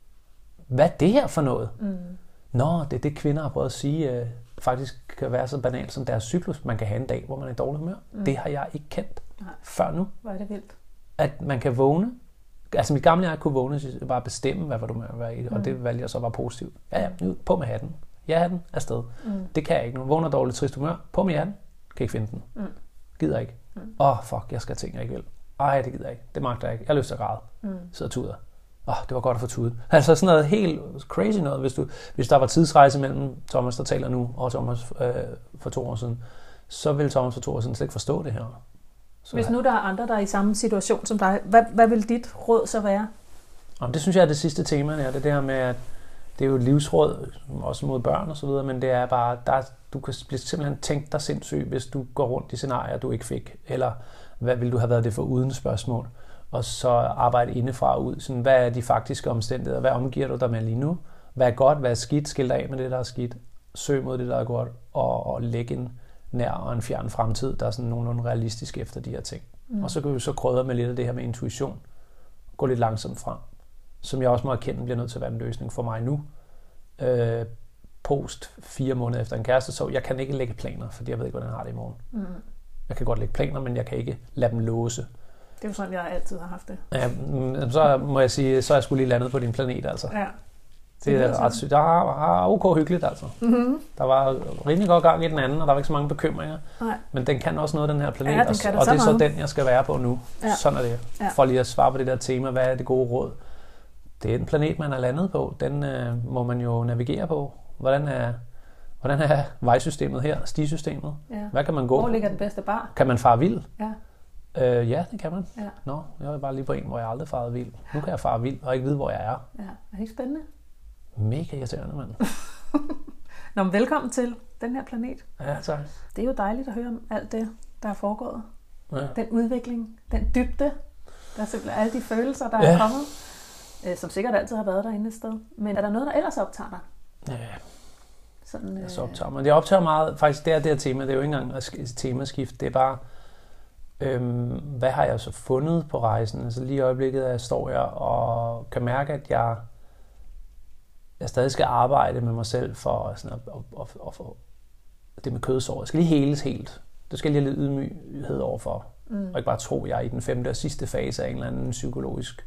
Hvad er det her for noget? Mm. Nå, det er det, kvinder har prøvet at sige, øh, faktisk kan være så banalt som deres cyklus. Man kan have en dag, hvor man er i dårlig humør. Mm. Det har jeg ikke kendt Nej. før nu. Hvor er det vildt. At man kan vågne. Altså mit gamle jeg kunne vågne, og bare bestemme, hvad var du med at være i. Mm. Og det valgte jeg så var positivt. Ja, ja, nu, på med hatten. Ja, hatten afsted. Mm. Det kan jeg ikke nu. Vågner dårligt, trist humør. På med hatten. Kan ikke finde den. Mm. Gider ikke. Åh, mm. oh, fuck, jeg skal have ting, jeg ikke vil. Ej, det gider jeg ikke. Det magter jeg ikke. Jeg har lyst til at græde. Mm. Sidder og tuder. Åh, oh, det var godt at få tudet. Altså sådan noget helt crazy noget, hvis, du, hvis der var tidsrejse mellem Thomas, der taler nu, og Thomas øh, for to år siden, så ville Thomas for to år siden slet ikke forstå det her. Så, hvis nu der er andre, der er i samme situation som dig, hvad, hvad vil dit råd så være? Jamen, det synes jeg er det sidste tema her. Det er det her med, at det er jo et livsråd, også mod børn og så videre, men det er bare, der, du kan simpelthen tænke dig sindssygt, hvis du går rundt i scenarier, du ikke fik, eller hvad ville du have været det for uden spørgsmål, og så arbejde indefra og ud. Sådan, hvad er de faktiske omstændigheder? Hvad omgiver du dig med lige nu? Hvad er godt? Hvad er skidt? Skil dig af med det, der er skidt. Søg mod det, der er godt. Og, og læg en nær og en fjern fremtid, der er sådan nogenlunde realistisk efter de her ting. Mm. Og så kan vi så krydre med lidt af det her med intuition. Gå lidt langsomt frem. Som jeg også må erkende, bliver nødt til at være en løsning for mig nu. Øh, post fire måneder efter en kæreste, så jeg kan ikke lægge planer, fordi jeg ved ikke, hvordan jeg har det i morgen. Mm. Jeg kan godt lægge planer, men jeg kan ikke lade dem låse. Det er jo sådan, jeg altid har haft det. Ja, så må jeg sige, så er jeg skulle lige landet på din planet, altså. Ja. Det er ret sygt. Der har ok hyggeligt, altså. Mm-hmm. Der var rimelig godt gang i den anden, og der var ikke så mange bekymringer. Nej. Men den kan også noget, den her planet, ja, den kan og, og det er så den, jeg skal være på nu. Ja. Sådan er det. Ja. For lige at svare på det der tema, hvad er det gode råd? Det er en planet, man er landet på. Den øh, må man jo navigere på. Hvordan er, hvordan er vejsystemet her, stisystemet? Ja. Hvad kan man gå? Hvor ligger den bedste bar? Kan man fare vild? Ja. Øh, ja, det kan man. Ja. Nå, jeg er bare lige på en, hvor jeg aldrig faret vild. Nu kan jeg fare vild og ikke vide, hvor jeg er. Ja, er det ikke spændende? Mega irriterende, mand. Nå, men velkommen til den her planet. Ja, tak. Det er jo dejligt at høre om alt det, der er foregået. Ja. Den udvikling, den dybde. Der er simpelthen alle de følelser, der ja. er kommet. Øh, som sikkert altid har været derinde et sted. Men er der noget, der ellers optager dig? Ja, sådan, øh... så optager man. Det optager meget, faktisk det er det her tema, det er jo ikke engang et temaskift, det er bare, øhm, hvad har jeg så fundet på rejsen? Altså lige i øjeblikket, jeg står jeg og kan mærke, at jeg, jeg stadig skal arbejde med mig selv for sådan at, at, at, at, at det med kødsår. Jeg skal lige heles helt. Det skal jeg lige have lidt ydmyghed overfor. Mm. Og ikke bare tro, at jeg er i den femte og sidste fase af en eller anden psykologisk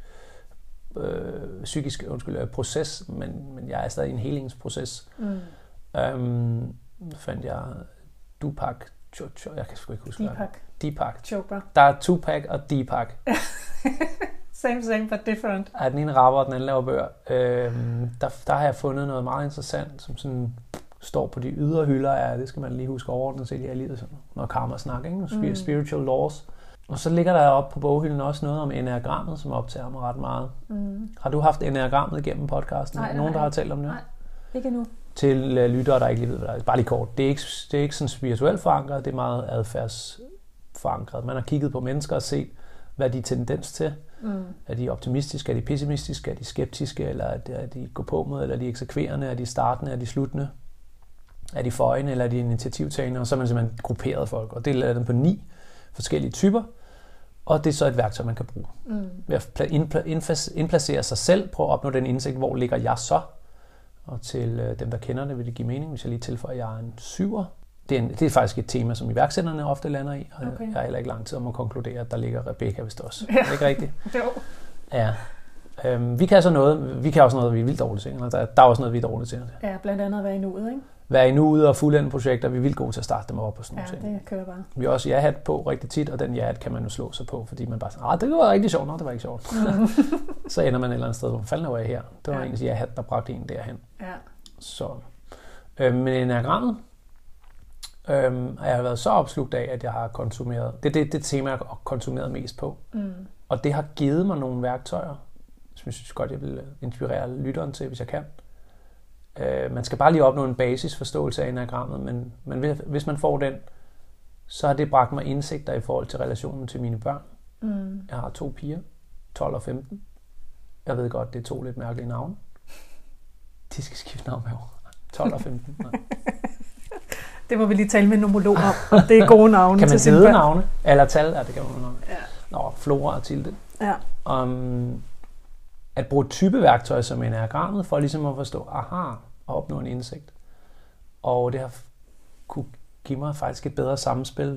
Øh, psykisk undskyld, proces, men, men jeg er stadig i en helingsproces. Mm. Øhm, fandt jeg Tupac, jeg kan sgu ikke huske Deepak. Deepak. Chopra. Der er Tupac og Deepak. Same, same, but different. Er den ene rapper, og den anden laver bøger. Øhm, der, der har jeg fundet noget meget interessant, som sådan står på de ydre hylder af, det skal man lige huske overordnet set i livet, sådan noget karma-snak, ikke? Mm. Spiritual laws. Og så ligger der oppe på boghylden også noget om enneagrammet, som optager mig ret meget. Mm. Har du haft enneagrammet igennem podcasten? Nej, nogen, der har talt om det? Nej, ikke endnu. Til uh, lyttere, der ikke lige ved, hvad det er. Bare lige kort. Det er ikke, det er ikke sådan spirituelt forankret, det er meget adfærdsforankret. Man har kigget på mennesker og set, hvad de er tendens til. Mm. Er de optimistiske, er de pessimistiske, er de skeptiske, eller er de gå på mod, eller er de eksekverende, er de startende, er de sluttende, er de føjende, eller er de initiativtagende, og så er man simpelthen grupperet folk, og det lader dem på ni forskellige typer, og det er så et værktøj, man kan bruge. Mm. Ved at indplacere sig selv, prøve at opnå den indsigt, hvor ligger jeg så, og til dem, der kender det, vil det give mening, hvis jeg lige tilføjer, at jeg er en syver. Det er, en, det er faktisk et tema, som iværksætterne ofte lander i, og okay. Jeg har heller ikke lang tid om at konkludere, at der ligger Rebecca vist også. Ja. Er det ikke rigtigt? Jo. Ja. Øhm, vi kan så noget, vi kan også noget, vi er vildt dårlige til. Der, der er også noget, vi er dårlige til. Ja, blandt andet at være i nuet, ikke? Være i nuet og fuldende projekter, vi er vildt gode til at starte dem op på sådan noget. Ja, det kører bare. Vi har også ja-hat på rigtig tit, og den ja-hat kan man jo slå sig på, fordi man bare siger, ah, det var rigtig sjovt, nå, det var ikke sjovt. Mm. Så ender man et eller andet sted, hvor fanden var jeg her? Det var ja. Ens ja-hat, der bragte en derhen. Ja. Så. Øhm, men enneagrammet, Øhm, og jeg har været så opslugt af, at jeg har konsumeret, det er det, det tema, jeg har konsumeret mest på. Mm. Og det har givet mig nogle værktøjer, som jeg synes godt, jeg vil inspirere lytteren til, hvis jeg kan. Øh, man skal bare lige opnå en basisforståelse af enneagrammet, men, men hvis man får den, så har det bragt mig indsigter i forhold til relationen til mine børn. Mm. Jeg har to piger, tolv og femten. Jeg ved godt, det er to lidt mærkelige navne. De skal skifte navn med år. tolv og femten. Nej. Det må vi lige tale med nomolog om, og det er gode navne til sine børn. Kan man børn. navne? Eller tal? Ja, det kan man navne. Ja. Nå, Flora og Tilde. Ja. Um, at bruge typeværktøj som enneagrammet, for ligesom at forstå, aha, og opnå en indsigt. Og det har kunne give mig faktisk et bedre samspil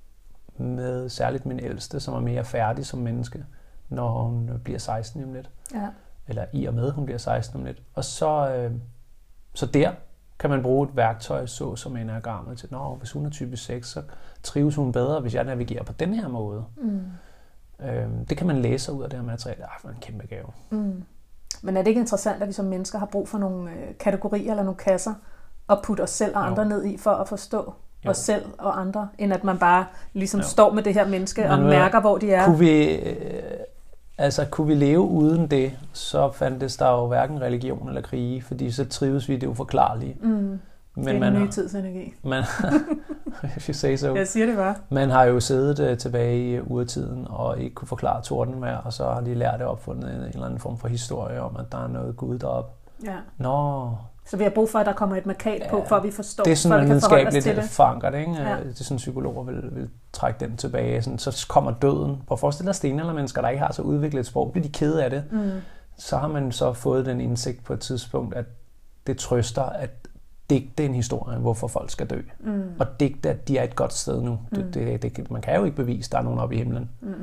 med særligt min ældste, som er mere færdig som menneske, når hun bliver seksten om lidt. Ja. Eller i og med, hun bliver seksten om lidt. Og så, øh, så der kan man bruge et værktøj, så som enneagrammet til, nå, hvis hun er type seks, så trives hun bedre, hvis jeg navigerer på den her måde. Mm. Øhm, det kan man læse ud af det her materiale. Ah, det er en kæmpe gave. Mm. Men er det ikke interessant, at vi som mennesker har brug for nogle øh, kategorier eller nogle kasser, og putte os selv og andre jo. ned i, for at forstå jo. os selv og andre, end at man bare ligesom jo. står med det her menneske Men, og mærker, hvor de er? Kunne vi, øh, altså, kunne vi leve uden det, så fandtes der jo hverken religion eller krige, fordi så trives vi det uforklarlige. Mm. Men det er en ny tidsenergi. Man, if you say so. Jeg siger det bare. Man har jo siddet uh, tilbage i urtiden og ikke kunne forklare tordenvejr, og så har de lært det opfundet en eller anden form for historie om, at der er noget Gud deroppe. Ja. Nå. Så vi har brug for, at der kommer et markat ja, på, for at vi forstår, det er sådan, for at vi kan forholde os til det. Forankret, ikke? Ja. Det er sådan, psykologer vil, vil trække den tilbage. Sådan, så kommer døden. Prøv at forestille dig stenaldermennesker, der ikke har så udviklet et sprog, bliver de kede af det. Mm. Så har man så fået den indsigt på et tidspunkt, at det trøster, at digte en historie, hvorfor folk skal dø. Mm. Og digte, at de er et godt sted nu. Mm. Det, det, det, man kan jo ikke bevise, at der er nogen oppe i himlen. Mm.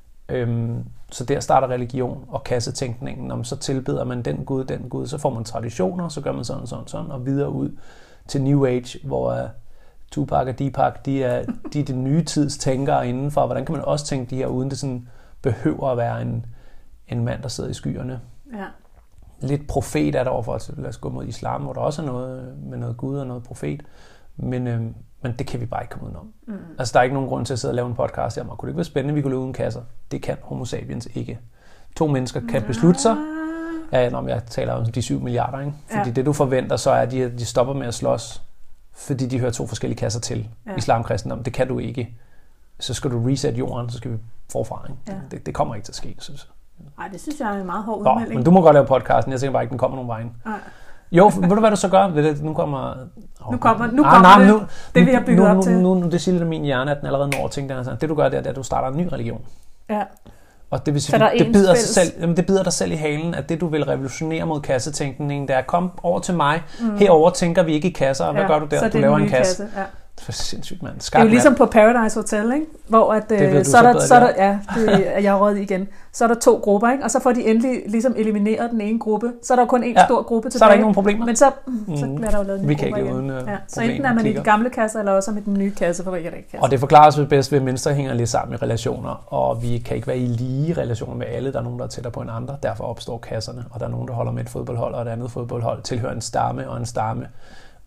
Øhm, så der starter religion og kassetænkningen. Om så tilbeder man den Gud, den Gud, så får man traditioner, så gør man sådan, sådan, sådan, og videre ud til New Age, hvor uh, Tupac og Deepak, de er, de er den nye tids tænkere indenfor. Hvordan kan man også tænke de her, uden det sådan behøver at være en, en mand, der sidder i skyerne. Ja. Lidt profet er der overfor, så lad os gå mod islam, hvor der også er noget med noget Gud og noget profet. Men, øh, men det kan vi bare ikke komme udenom. Mm. Altså, der er ikke nogen grund til at sidde og lave en podcast her. Man kunne det ikke være spændende, vi kunne leve uden kasser. Det kan homo sapiens ikke. To mennesker kan beslutte sig. Ja, når jeg taler om de syv milliarder, ikke? Fordi ja. det, du forventer, så er, at de, de stopper med at slås, fordi de hører to forskellige kasser til. Ja. Islam, kristendom, det kan du ikke. Så skal du reset jorden, så skal vi forfra. Ja. Det, det kommer ikke til at ske, synes jeg. Nej, det synes jeg er en meget hård udmelding. Nå, men du må godt lave podcasten. Jeg tænker bare ikke, den kommer nogen vejen. Nej. Jo, ved du hvad du så gør? Ved det, nu kommer... Oh, nu kommer, nu kommer ah, nej, det, nu, det, vi har bygget nu, op til. Nu, nu, nu det siger lidt af min hjerne, at den allerede når at tænke, den, det du gør, det er, det er, at du starter en ny religion. Ja. Og det vil sige, det, det, bider sig selv, jamen, det bider dig selv i halen, at det du vil revolutionere mod kassetænkningen, det er, kom over til mig. Mm. Herover tænker vi ikke i kasser, og hvad ja, gør du der? Du laver en kasse. kasse. Ja. Det er sindssygt, mand. Skarp, det er jo ligesom på Paradise Hotel, ikke? Hvor at, øh, så, er der, så er der, ja, det er jeg råd igen. Så er der to grupper, ikke? Og så får de endelig ligesom elimineret den ene gruppe. Så er der kun en ja, stor gruppe tilbage. Så er der ikke nogen problemer. Men så, mm, så bliver der jo lavet en Vi kan ikke uden uh, ja. Så enten er man i de gamle kasser, eller også med den nye kasse, for ikke er det ikke kasse. Og det forklares vel bedst ved, at mennesker hænger lidt sammen i relationer, og vi kan ikke være i lige relationer med alle. Der er nogen, der er tættere på en andre. Derfor opstår kasserne, og der er nogen, der holder med et fodboldhold, og et andet fodboldhold tilhører en stamme og en stamme.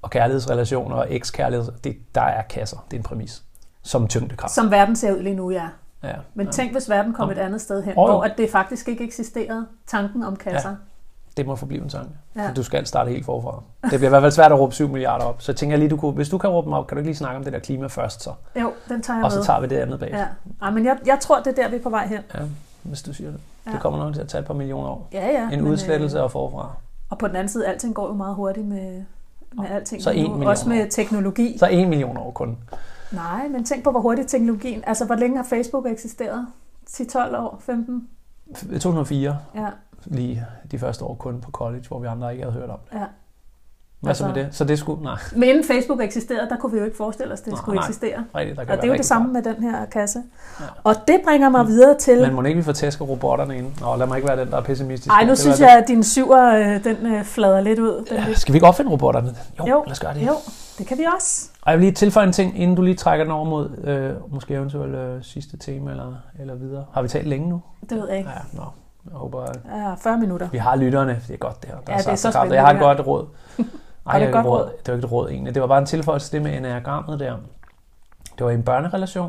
og kærlighedsrelationer og ekskærlighed, det, der er kasser. Det er en præmis. Som tyngdekraft. Som verden ser ud lige nu, ja. ja Men ja. tænk, hvis verden kom et andet sted hen, oh, hvor at det faktisk ikke eksisterede, tanken om kasser. Ja. Det må forblive en tanke. Ja. Du skal starte helt forfra. Det bliver i hvert fald svært at råbe syv milliarder op. Så tænker jeg lige, du kunne, hvis du kan råbe dem op, kan du ikke lige snakke om det der klima først så? Jo, den tager jeg Og så med. tager vi det andet bag. Ja. Ja, men jeg, jeg tror, det er der, vi er på vej hen. Ja, hvis du siger det. Ja. Det kommer nok til at tage et par millioner år. Ja, ja. En men, udslettelse øh, og forfra. Og på den anden side, alting går jo meget hurtigt med, med alting. Så en million også med år. teknologi. Så en million år kun. Nej, men tænk på, hvor hurtigt teknologien... Altså, hvor længe har Facebook eksisteret? ti tolv år? femten? to tusind og fire. Ja. Lige de første år kun på college, hvor vi andre ikke havde hørt om det. Ja. Hvad altså, så med det? Så det skulle... Nej. Men inden Facebook eksisterede, der kunne vi jo ikke forestille os, at det nej, skulle nej. eksistere. Rigtigt, der kan og det er jo det samme klart. med den her kasse. Ja. Og det bringer mig videre til... Men må ikke vi få tæsk af robotterne ind? Nå, lad mig ikke være den, der er pessimistisk. Ej, nu det synes det. jeg, at din syver, den øh, flader lidt ud. Den Ja, lidt... skal vi ikke opfinde robotterne? Jo, jo, lad os gøre det. Jo, det kan vi også. Og jeg vil lige tilføje en ting, inden du lige trækker den over mod øh, måske eventuelt øh, sidste tema eller, eller videre. Har vi talt længe nu? Det ved jeg ikke. Ja, nå. Jeg håber, at ja, fyrre minutter. Vi har lytterne, det er godt det her. Der ja, det er så spændende. Jeg har et godt råd. Ej, det, er godt råd. råd. Det var ikke et råd egentlig. Det var bare en tilføjelse til det med enagrammet der. Det var en børnerelation.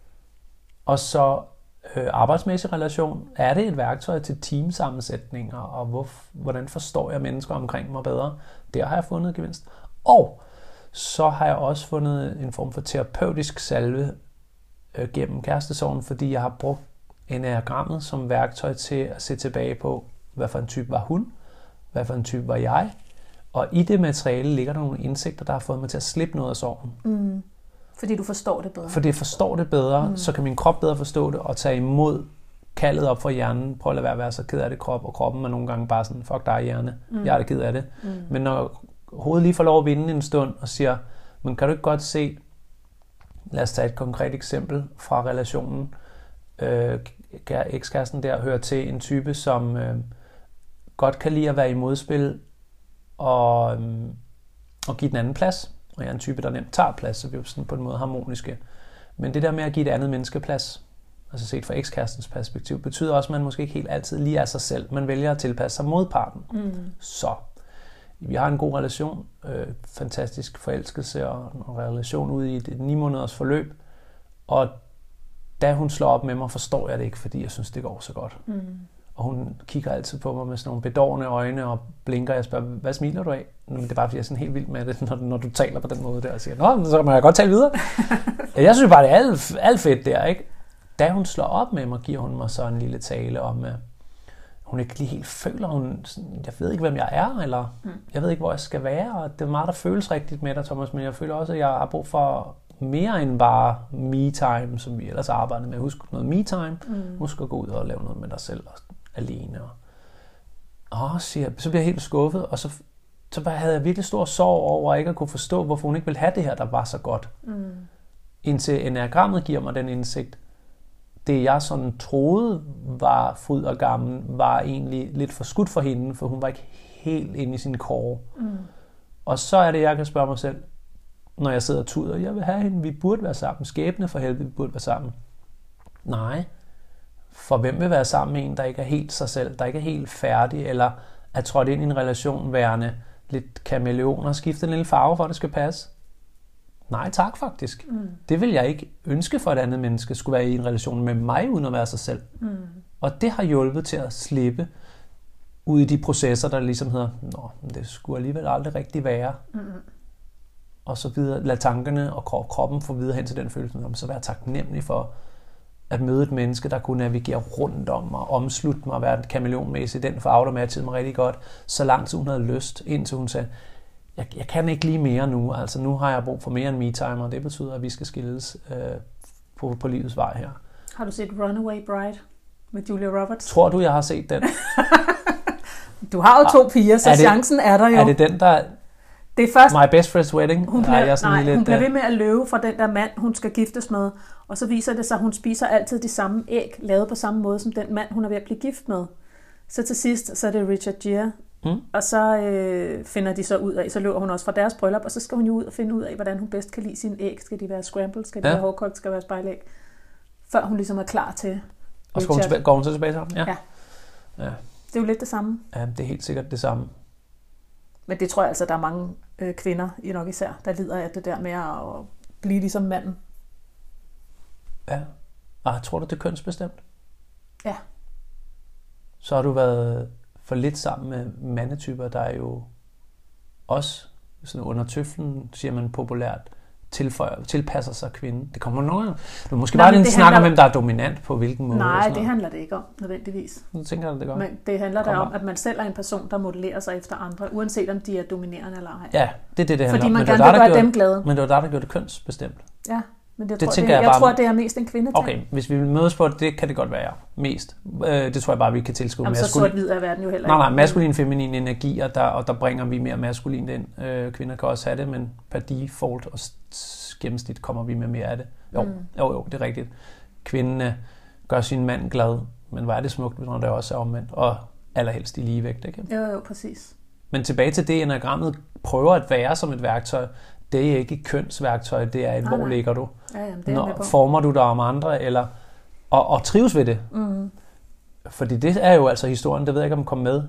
Og så øh, arbejdsmæssig relation. Er det et værktøj til teamsammensætninger? Og hvor, hvordan forstår jeg mennesker omkring mig bedre? Der har jeg fundet gevinst. Og så har jeg også fundet en form for terapeutisk salve øh, gennem kærestesorgen, fordi jeg har brugt enagrammet som værktøj til at se tilbage på, hvad for en type var hun, hvad for en type var jeg. Og i det materiale ligger der nogle indsigter, der har fået mig til at slippe noget af sorgen. Mm. Fordi du forstår det bedre. Fordi jeg forstår det bedre, mm. så kan min krop bedre forstå det, og tage imod kaldet op fra hjernen. Prøv at lade være at være så ked af det krop, og kroppen er nogle gange bare sådan, fuck dig hjerne, mm. jeg er da ked af det. Mm. Men når hovedet lige får lov at vinde en stund, og siger, men kan du ikke godt se, lad os tage et konkret eksempel fra relationen, øh, ekskæresten der hører til en type, som øh, godt kan lide at være i modspil, og, øhm, og give den anden plads. Og jeg er en type, der nemt tager plads, så vi er sådan på en måde harmoniske. Men det der med at give det andet menneske plads, altså set fra ekskærestens perspektiv, betyder også, at man måske ikke helt altid lige er sig selv. Man vælger at tilpasse sig modparten. Mm. Så vi har en god relation, øh, fantastisk forelskelse og en relation ude i et, et ni måneders forløb. Og da hun slår op med mig, forstår jeg det ikke, fordi jeg synes, det går så godt. Mm. Og hun kigger altid på mig med sådan nogle bedårende øjne og blinker. Jeg spørger, hvad smiler du af? Men det er bare, fordi jeg er sådan helt vild med det, når, når du taler på den måde der og siger, nå, så må jeg godt tale videre. Jeg synes bare, det er alt, alt fedt der, ikke? Da hun slår op med mig, giver hun mig så en lille tale om, at hun ikke lige helt føler, hun, sådan, jeg ved ikke, hvem jeg er, eller mm. jeg ved ikke, hvor jeg skal være. Og det er meget, der føles rigtigt med dig, Thomas, men jeg føler også, at jeg har brug for mere end bare me-time, som vi ellers arbejder med. Husk noget me-time. Mm. Husk at gå ud og lave noget med dig selv og alene. Og åh, siger, så bliver jeg helt skuffet, og så, så havde jeg virkelig stor sorg over ikke at kunne forstå, hvorfor hun ikke ville have det her, der var så godt. Mm. Indtil enagrammet giver mig den indsigt. Det jeg sådan troede var fryd og gammel, var egentlig lidt for skudt for hende, for hun var ikke helt inde i sin core. Mm. Og så er det, jeg kan spørge mig selv, når jeg sidder og tuder, jeg vil have hende, vi burde være sammen. Skæbne for helvede, vi burde være sammen. Nej. For hvem vil være sammen med en, der ikke er helt sig selv, der ikke er helt færdig, eller er trådt ind i en relation værende lidt kameleon og skiftet en lille farve, for at det skal passe? Nej tak, faktisk. Mm. Det vil jeg ikke ønske for et andet menneske, skulle være i en relation med mig, uden at være sig selv. Mm. Og det har hjulpet til at slippe ud i de processer, der ligesom hedder, nå, det skulle alligevel aldrig rigtig være. Mm. Og så videre, lad tankerne og kroppen få videre hen til den følelse, om så være taknemmelig for at møde et menneske, der kunne navigere rundt om mig, omslutte mig og være kameleonmæssig, den farve, der matchede mig rigtig godt, så langt hun havde lyst, indtil hun sagde, jeg, jeg kan ikke lige mere nu, altså nu har jeg brug for mere end me-time, og det betyder, at vi skal skilles øh, på, på livets vej her. Har du set Runaway Bride med Julia Roberts? Tror du, jeg har set den? Du har jo to piger, så er det, chancen er der jo. Er det den, der... Det er først, My Best Friend's Wedding? Hun bliver, nej, jeg nej, lidt, hun bliver ved med at løbe fra den der mand, hun skal giftes med. Og så viser det sig, at hun spiser altid de samme æg, lavet på samme måde som den mand, hun er ved at blive gift med. Så til sidst, så er det Richard Gere. Mm. Og så øh, finder de så ud af, så løber hun også fra deres bryllup, og så skal hun jo ud og finde ud af, hvordan hun bedst kan lide sine æg. Skal de være scrambled? Skal de ja. være hårdkogt? Skal de være spejlæg? Før hun ligesom er klar til Richard. Og så hun tilbage, går hun så tilbage sammen? Ja. ja. ja. Det er jo lidt det samme. Ja, det er helt sikkert det samme. Men det tror jeg altså, der er mange øh, kvinder, i nok især, der lider af det der med at blive ligesom manden. Ja. Og tror du, det er kønsbestemt? Ja. Så har du været for lidt sammen med mandetyper, der er jo også sådan under tøflen, siger man populært, tilføjer, tilpasser sig kvinden. Det kommer nogle gange. Du måske bare lige snakke om, hvem der er dominant på hvilken måde. Nej, det handler det ikke om, nødvendigvis. Du tænker, det, det gør. Men det handler der om, at man selv er en person, der modellerer sig efter andre, uanset om de er dominerende eller ej. Ja, det er det, det handler om. Fordi man gerne vil gøre dem glade. Men det var der, der gjorde det kønsbestemt. Ja, men det, det tror, tænker det, jeg, jeg, bare, tror, det er mest en kvindeting. Okay, hvis vi vil mødes på det, det kan det godt være mest. Øh, det tror jeg bare, vi kan tilskue. Jamen, så sort-hvid er verden jo heller ikke. Nej, nej, maskulin, feminin energi, og der, og der bringer vi mere maskulin ind. Øh, kvinder kan også have det, men per default og gennemsnit kommer vi med mere af det. Jo, mm. jo, jo, det er rigtigt. Kvinden øh, gør sin mand glad, men hvor er det smukt, når det også er omvendt, og allerhelst i ligevægt, ikke? Jo, jo, præcis. Men tilbage til det, enagrammet prøver at være som et værktøj. Det er ikke et kønsværktøj, det er et, nej, hvor nej. ligger du? Ja, jamen, det er når, former du dig om andre, eller og, og trives ved det? Mm. Fordi det er jo altså historien, det ved jeg ikke, om kom med.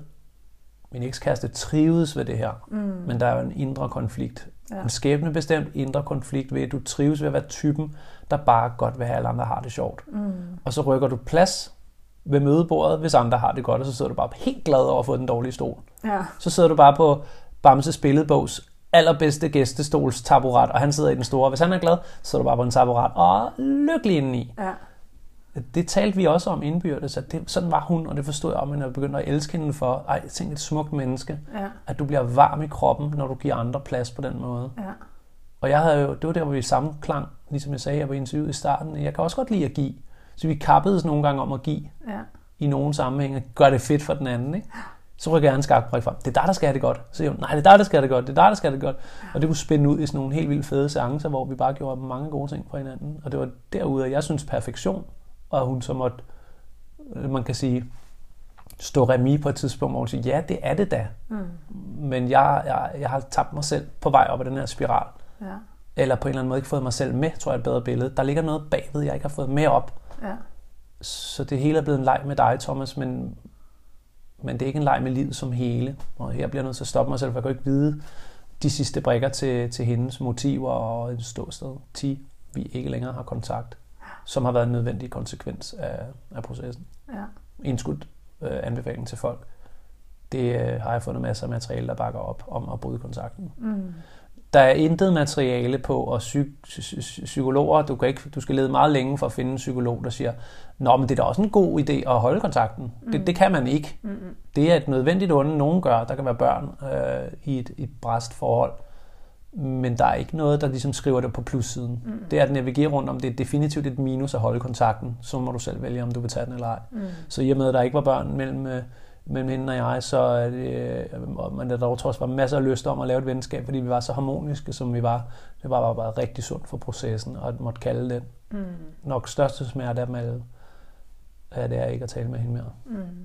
Min ekskæreste trives ved det her, mm. men der er jo en indre konflikt. Ja. En skæbnebestemt indre konflikt ved, at du trives ved at være typen, der bare godt vil have, at alle andre har det sjovt. Mm. Og så rykker du plads ved mødebordet, hvis andre har det godt, og så sidder du bare helt glad over at få den dårlige stol. Ja. Så sidder du bare på Bamses billedbogs allerbedste gæstestols taburet, og han sidder i den store. Hvis han er glad, så sidder du bare på en taburet og lykkelig indeni. Ja. Det talte vi også om indbyrdes, at det, sådan var hun, og det forstod jeg om, at jeg begyndte at elske hende for. Ej, tænk et smukt menneske. Ja. At du bliver varm i kroppen, når du giver andre plads på den måde. Ja. Og jeg havde jo, det var der, hvor vi sammenklang, ligesom jeg sagde, jeg var interviewet i starten. Jeg kan også godt lide at give. Så vi kappedes nogle gange om at give. Ja. I nogle sammenhænge. Gør det fedt for den anden, ikke? Så rykker jeg en skakbrik frem. Det er dig, der skal have det godt. Så siger hun, nej, det er dig, der skal have det godt. Det er dig, der skal have det godt. Og det kunne spænde ud i sådan nogle helt vildt fede seancer, hvor vi bare gjorde mange gode ting for hinanden. Og det var derude, at jeg synes perfektion, og hun så måtte, man kan sige, stå remis på et tidspunkt, hvor hun siger, ja, det er det da. Mm. Men jeg, jeg, jeg har tabt mig selv på vej op ad den her spiral. Ja. Eller på en eller anden måde ikke fået mig selv med, tror jeg er et bedre billede. Der ligger noget bagved, jeg ikke har fået med op. Ja. Så det hele er blevet en leg med dig, Thomas, men, men det er ikke en leg med livet som hele. Og her bliver jeg nødt til at stoppe mig selv, for jeg kan ikke vide de sidste brikker til, til hendes motiver og en ståsted. ti, vi ikke længere har kontakt, som har været en nødvendig konsekvens af, af processen. Ja. Indskudt øh, anbefaling til folk. Det øh, har jeg fundet masser af materiale, der bakker op om at bryde kontakten. Mm. Der er intet materiale på, og psy- psy- psykologer, du, kan ikke, du skal lede meget længe for at finde en psykolog, der siger, nå, men det er da også en god idé at holde kontakten. Mm. Det, det kan man ikke. Mm-hmm. Det er et nødvendigt onde, nogen gør. Der kan være børn øh, i et, et bræstforhold. Men der er ikke noget, der ligesom skriver det på plussiden. Mm. Det er at navigere rundt om, det er definitivt et minus at holde kontakten. Så må du selv vælge, om du vil tage den eller ej. Mm. Så i og med, at der ikke var børn mellem, øh, mellem hende og jeg, så er det, øh, men der dog trods var masser af lyst om at lave et venskab, fordi vi var så harmoniske, som vi var. Det var bare, bare rigtig sundt for processen, og at måtte kalde den. Mm. Nok største smerte af dem alle, er det er ikke at tale med hende mere. Mm.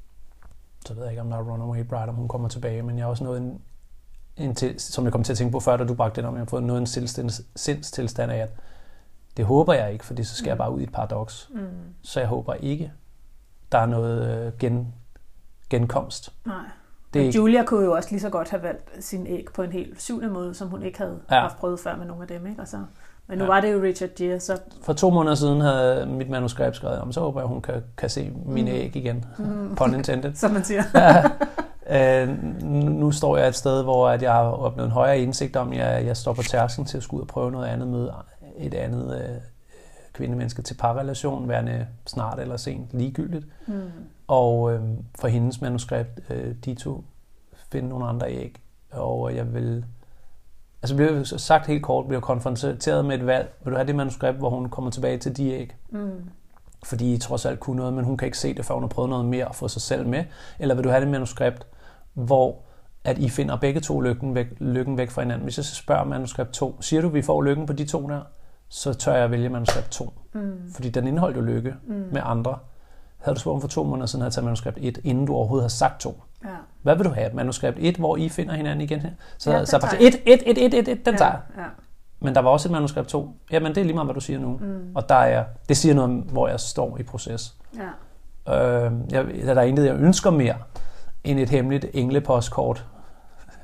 Så ved jeg ikke, om der er Runaway Bride, om hun kommer tilbage, men jeg har også nået en Indtil, som jeg kom til at tænke på før, da du bragte det om, jeg har fået noget en sindstilstand af, at det håber jeg ikke, fordi så skal mm. jeg bare ud i et paradoks. Mm. Så jeg håber ikke, der er noget øh, gen, genkomst. Nej. Det ikke... Julia kunne jo også lige så godt have valgt sin æg på en helt syvende måde, som hun ikke havde ja. haft prøvet før med nogle af dem. Ikke? Altså, men nu ja. var det jo Richard Gere. Så... For to måneder siden havde mit manuskript skrevet om, så håber jeg, hun kan, kan se mine mm. æg igen. Mm. Pun intended. Som man siger. Ja. Uh, nu står jeg et sted, hvor at jeg har opnået en højere indsigt om, at jeg, jeg står på tærsklen til at skulle ud og prøve noget andet med et andet uh, kvindemenneske til parrelation, værende snart eller sent ligegyldigt. Mm. Og uh, for hendes manuskript, uh, de to finde nogle andre æg. Og jeg vil, altså blev sagt helt kort, bliver konfronteret med et valg. Vil du have det manuskript, hvor hun kommer tilbage til de æg? Mm. Fordi I trods alt kunne noget, men hun kan ikke se det, før hun har prøvet noget mere at få sig selv med. Eller vil du have det manuskript, hvor at I finder begge to lykken væk, lykken væk fra hinanden. Hvis jeg så spørger manuskript to, siger du, at vi får lykken på de to der, så tør jeg vælge manuskript to. Mm. Fordi den indeholdt jo lykke mm. med andre. Havde du spurgt for to måneder siden, havde jeg taget manuskript et, inden du overhovedet har sagt to. Ja. Hvad vil du have? Manuskript et, hvor I finder hinanden igen her? Så, ja, så bare et, et, et, et, et, et, den tager jeg. Ja. Ja. Men der var også et manuskript to. Jamen, det er lige meget, hvad du siger nu. Mm. Og der er, det siger noget om, hvor jeg står i proces. Ja. Øh, jeg, der er intet, jeg ønsker mere end et hemmeligt englepostkort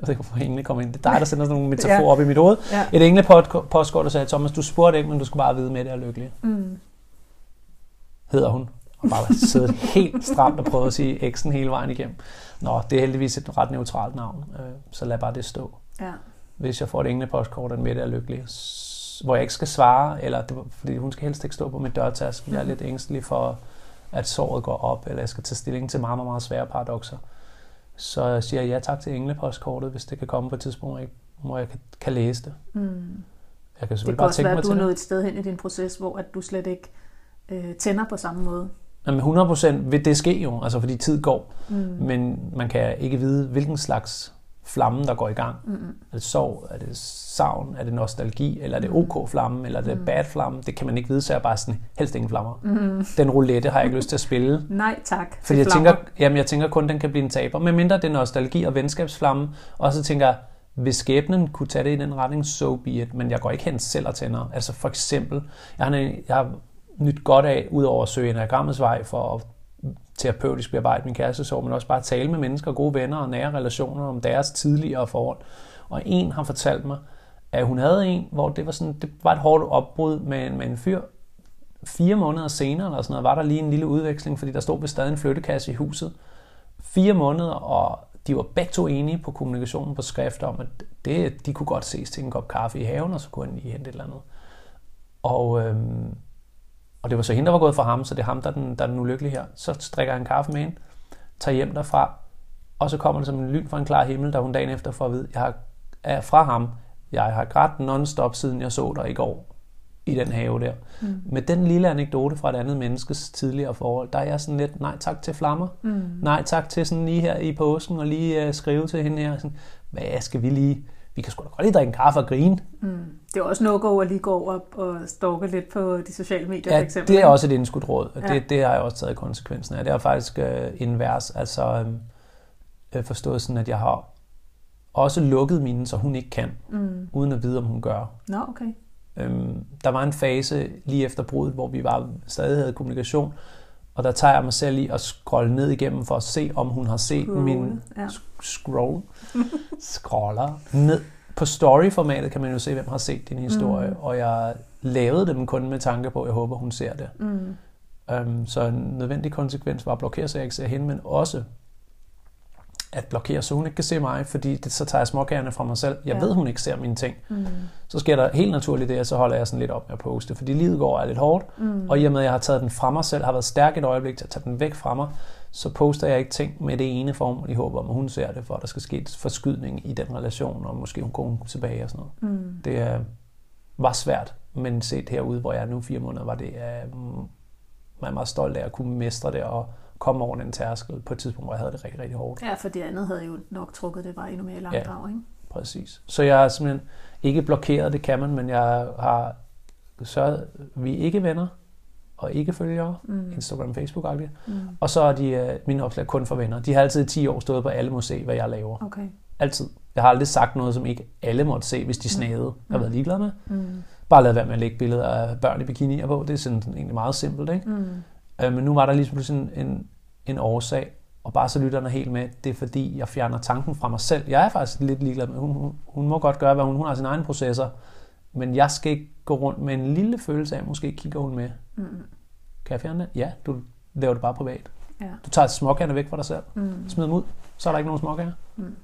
ved ikke, hvorfor engle kommer ind. Det er dig, der sender sådan nogle metaforer ja. op i mit hoved. Ja. Et englepåskort, der sagde, Thomas, du spurgte ikke, men du skal bare vide med det er lykkelig. Mm. Hedder hun. Og bare siddet helt stramt og prøvet at sige eksen hele vejen igennem. Nå, det er heldigvis et ret neutralt navn, så lad bare det stå. Ja. Hvis jeg får et englepåskort, og med det er lykkelig, hvor jeg ikke skal svare, eller det, fordi hun skal helst ikke stå på mit dørtask, jeg er lidt ængstelig for, at såret går op, eller jeg skal tage stilling til meget, meget, meget svære paradokser. Så jeg siger ja tak til englepostkortet, hvis det kan komme på et tidspunkt, hvor jeg kan, kan læse det. Mm. Jeg kan det kan bare også være, at du er nået et sted hen i din proces, hvor at du slet ikke øh, tænder på samme måde. Jamen hundrede procent vil det ske jo, altså fordi tid går, mm. men man kan ikke vide, hvilken slags flamme, der går i gang. Mm-hmm. Er det sorg, er det savn, er det nostalgi, eller er det OK-flamme, eller er det mm. bad flamme? Det kan man ikke vide, så er jeg bare sådan, helst ingen flammer. Mm. Den roulette har jeg ikke lyst til at spille. Nej tak. Fordi jeg tænker, jamen jeg tænker kun, den kan blive en taber. Men mindre det er nostalgi og venskabsflamme. Og så tænker jeg, hvis skæbnen kunne tage det i den retning, so be it. Men jeg går ikke hen selv og tænder. Altså for eksempel, jeg har, jeg har nyt godt af, udover at søge enagrammets vej for at terapeutisk bearbejde min kærestesorg, men også bare tale med mennesker, gode venner og nære relationer om deres tidligere forhold. Og en har fortalt mig, at hun havde en, hvor det var sådan, det var et hårdt opbrud med en, med en fyr. Fire måneder senere eller sådan noget, var der lige en lille udveksling, fordi der stod bestadig en flyttekasse i huset. Fire måneder, og de var begge to enige på kommunikationen på skrift om, at det, de kunne godt ses til en kop kaffe i haven, og så kunne han lige hente et eller andet. Og øhm, Og det var så hende, der var gået fra ham, så det er ham, der er den, der er den ulykkelige her. Så drikker han kaffe med hende, tager hjem derfra, og så kommer det som en lyn fra en klar himmel, da hun dagen efter får at vide, jeg har, er fra ham, jeg har grædt non-stop, siden jeg så dig i går i den have der. Mm. Med den lille anekdote fra et andet menneskes tidligere forhold, der er jeg sådan lidt, nej tak til flammer, mm. nej tak til sådan lige her i påsken, og lige uh, skrive til hende her, sådan, hvad skal vi lige... Vi kan sgu da godt lige drikke en kaffe og grine. Mm. Det er også no-go at lige gå over og stalke lidt på de sociale medier, ja, for eksempel. Det er også et indskudt råd. Ja. Det, det har jeg også taget konsekvensen af. Det er faktisk øh, invers. Altså øh, forstået sådan, at jeg har også lukket mine, så hun ikke kan, mm. uden at vide, om hun gør. Nå, okay. Øhm, der var en fase lige efter bruddet, hvor vi var, stadig havde kommunikation, og der tager jeg mig selv i at scrolle ned igennem for at se, om hun har set scroll, min ja. scroll, scroller ned. På story-formatet kan man jo se, hvem har set din historie, mm. og jeg lavede dem kun med tanke på, at jeg håber, hun ser det. Mm. Um, så en nødvendig konsekvens var at blokere, så jeg ikke ser hende, men også at blokere, så hun ikke kan se mig, fordi det, så tager jeg småkagerne fra mig selv. Jeg ja. ved, hun ikke ser mine ting. Mm. Så sker der helt naturligt det, og så holder jeg sådan lidt op med at poste, fordi livet går er lidt hårdt, mm. og i og med, at jeg har taget den fra mig selv, har været stærk et øjeblik til at tage den væk fra mig, så poster jeg ikke ting med det ene form, i håb om, at hun ser det, for at der skal ske et forskydning i den relation, og måske hun kommer tilbage og sådan noget. Mm. Det uh, var svært, men set herude, hvor jeg er nu fire måneder, var det uh, jeg er meget stolt af at kunne mestre det, og komme over den tærskel på et tidspunkt, hvor jeg havde det rigtig, rigtig hårdt. Ja, for det andet havde jo nok trukket det bare endnu mere i langdrag, ja, ikke? Præcis. Så jeg har simpelthen ikke blokeret, det kan man, men jeg har sørget, vi er ikke venner, og ikke følgere, mm. Instagram, Facebook-agtigt. Mm. Og så er de, uh, mine opslag kun for venner. De har altid i ti år stået på, alle må se, hvad jeg laver. Okay. Altid. Jeg har aldrig sagt noget, som ikke alle måtte se, hvis de snagede. Mm. Jeg har været ligeglad med. Mm. Bare lad være med at lægge billeder af børn i bikinier på. Det er sådan egentlig meget simpelt, ikke? Mm. Uh, men nu var der ligesom sådan en, en årsag, og bare så lytterne helt med, det er fordi, jeg fjerner tanken fra mig selv. Jeg er faktisk lidt ligeglad med, hun, hun, hun må godt gøre, hvad hun, hun har sine egne processer, men jeg skal ikke gå rundt med en lille følelse af, måske kigger hun med. Mm. Kan jeg fjerne det? Ja, du laver det bare privat. Ja. Du tager småkagerne væk fra dig selv, mm. smider dem ud, så er der ikke nogen småkager. Mm.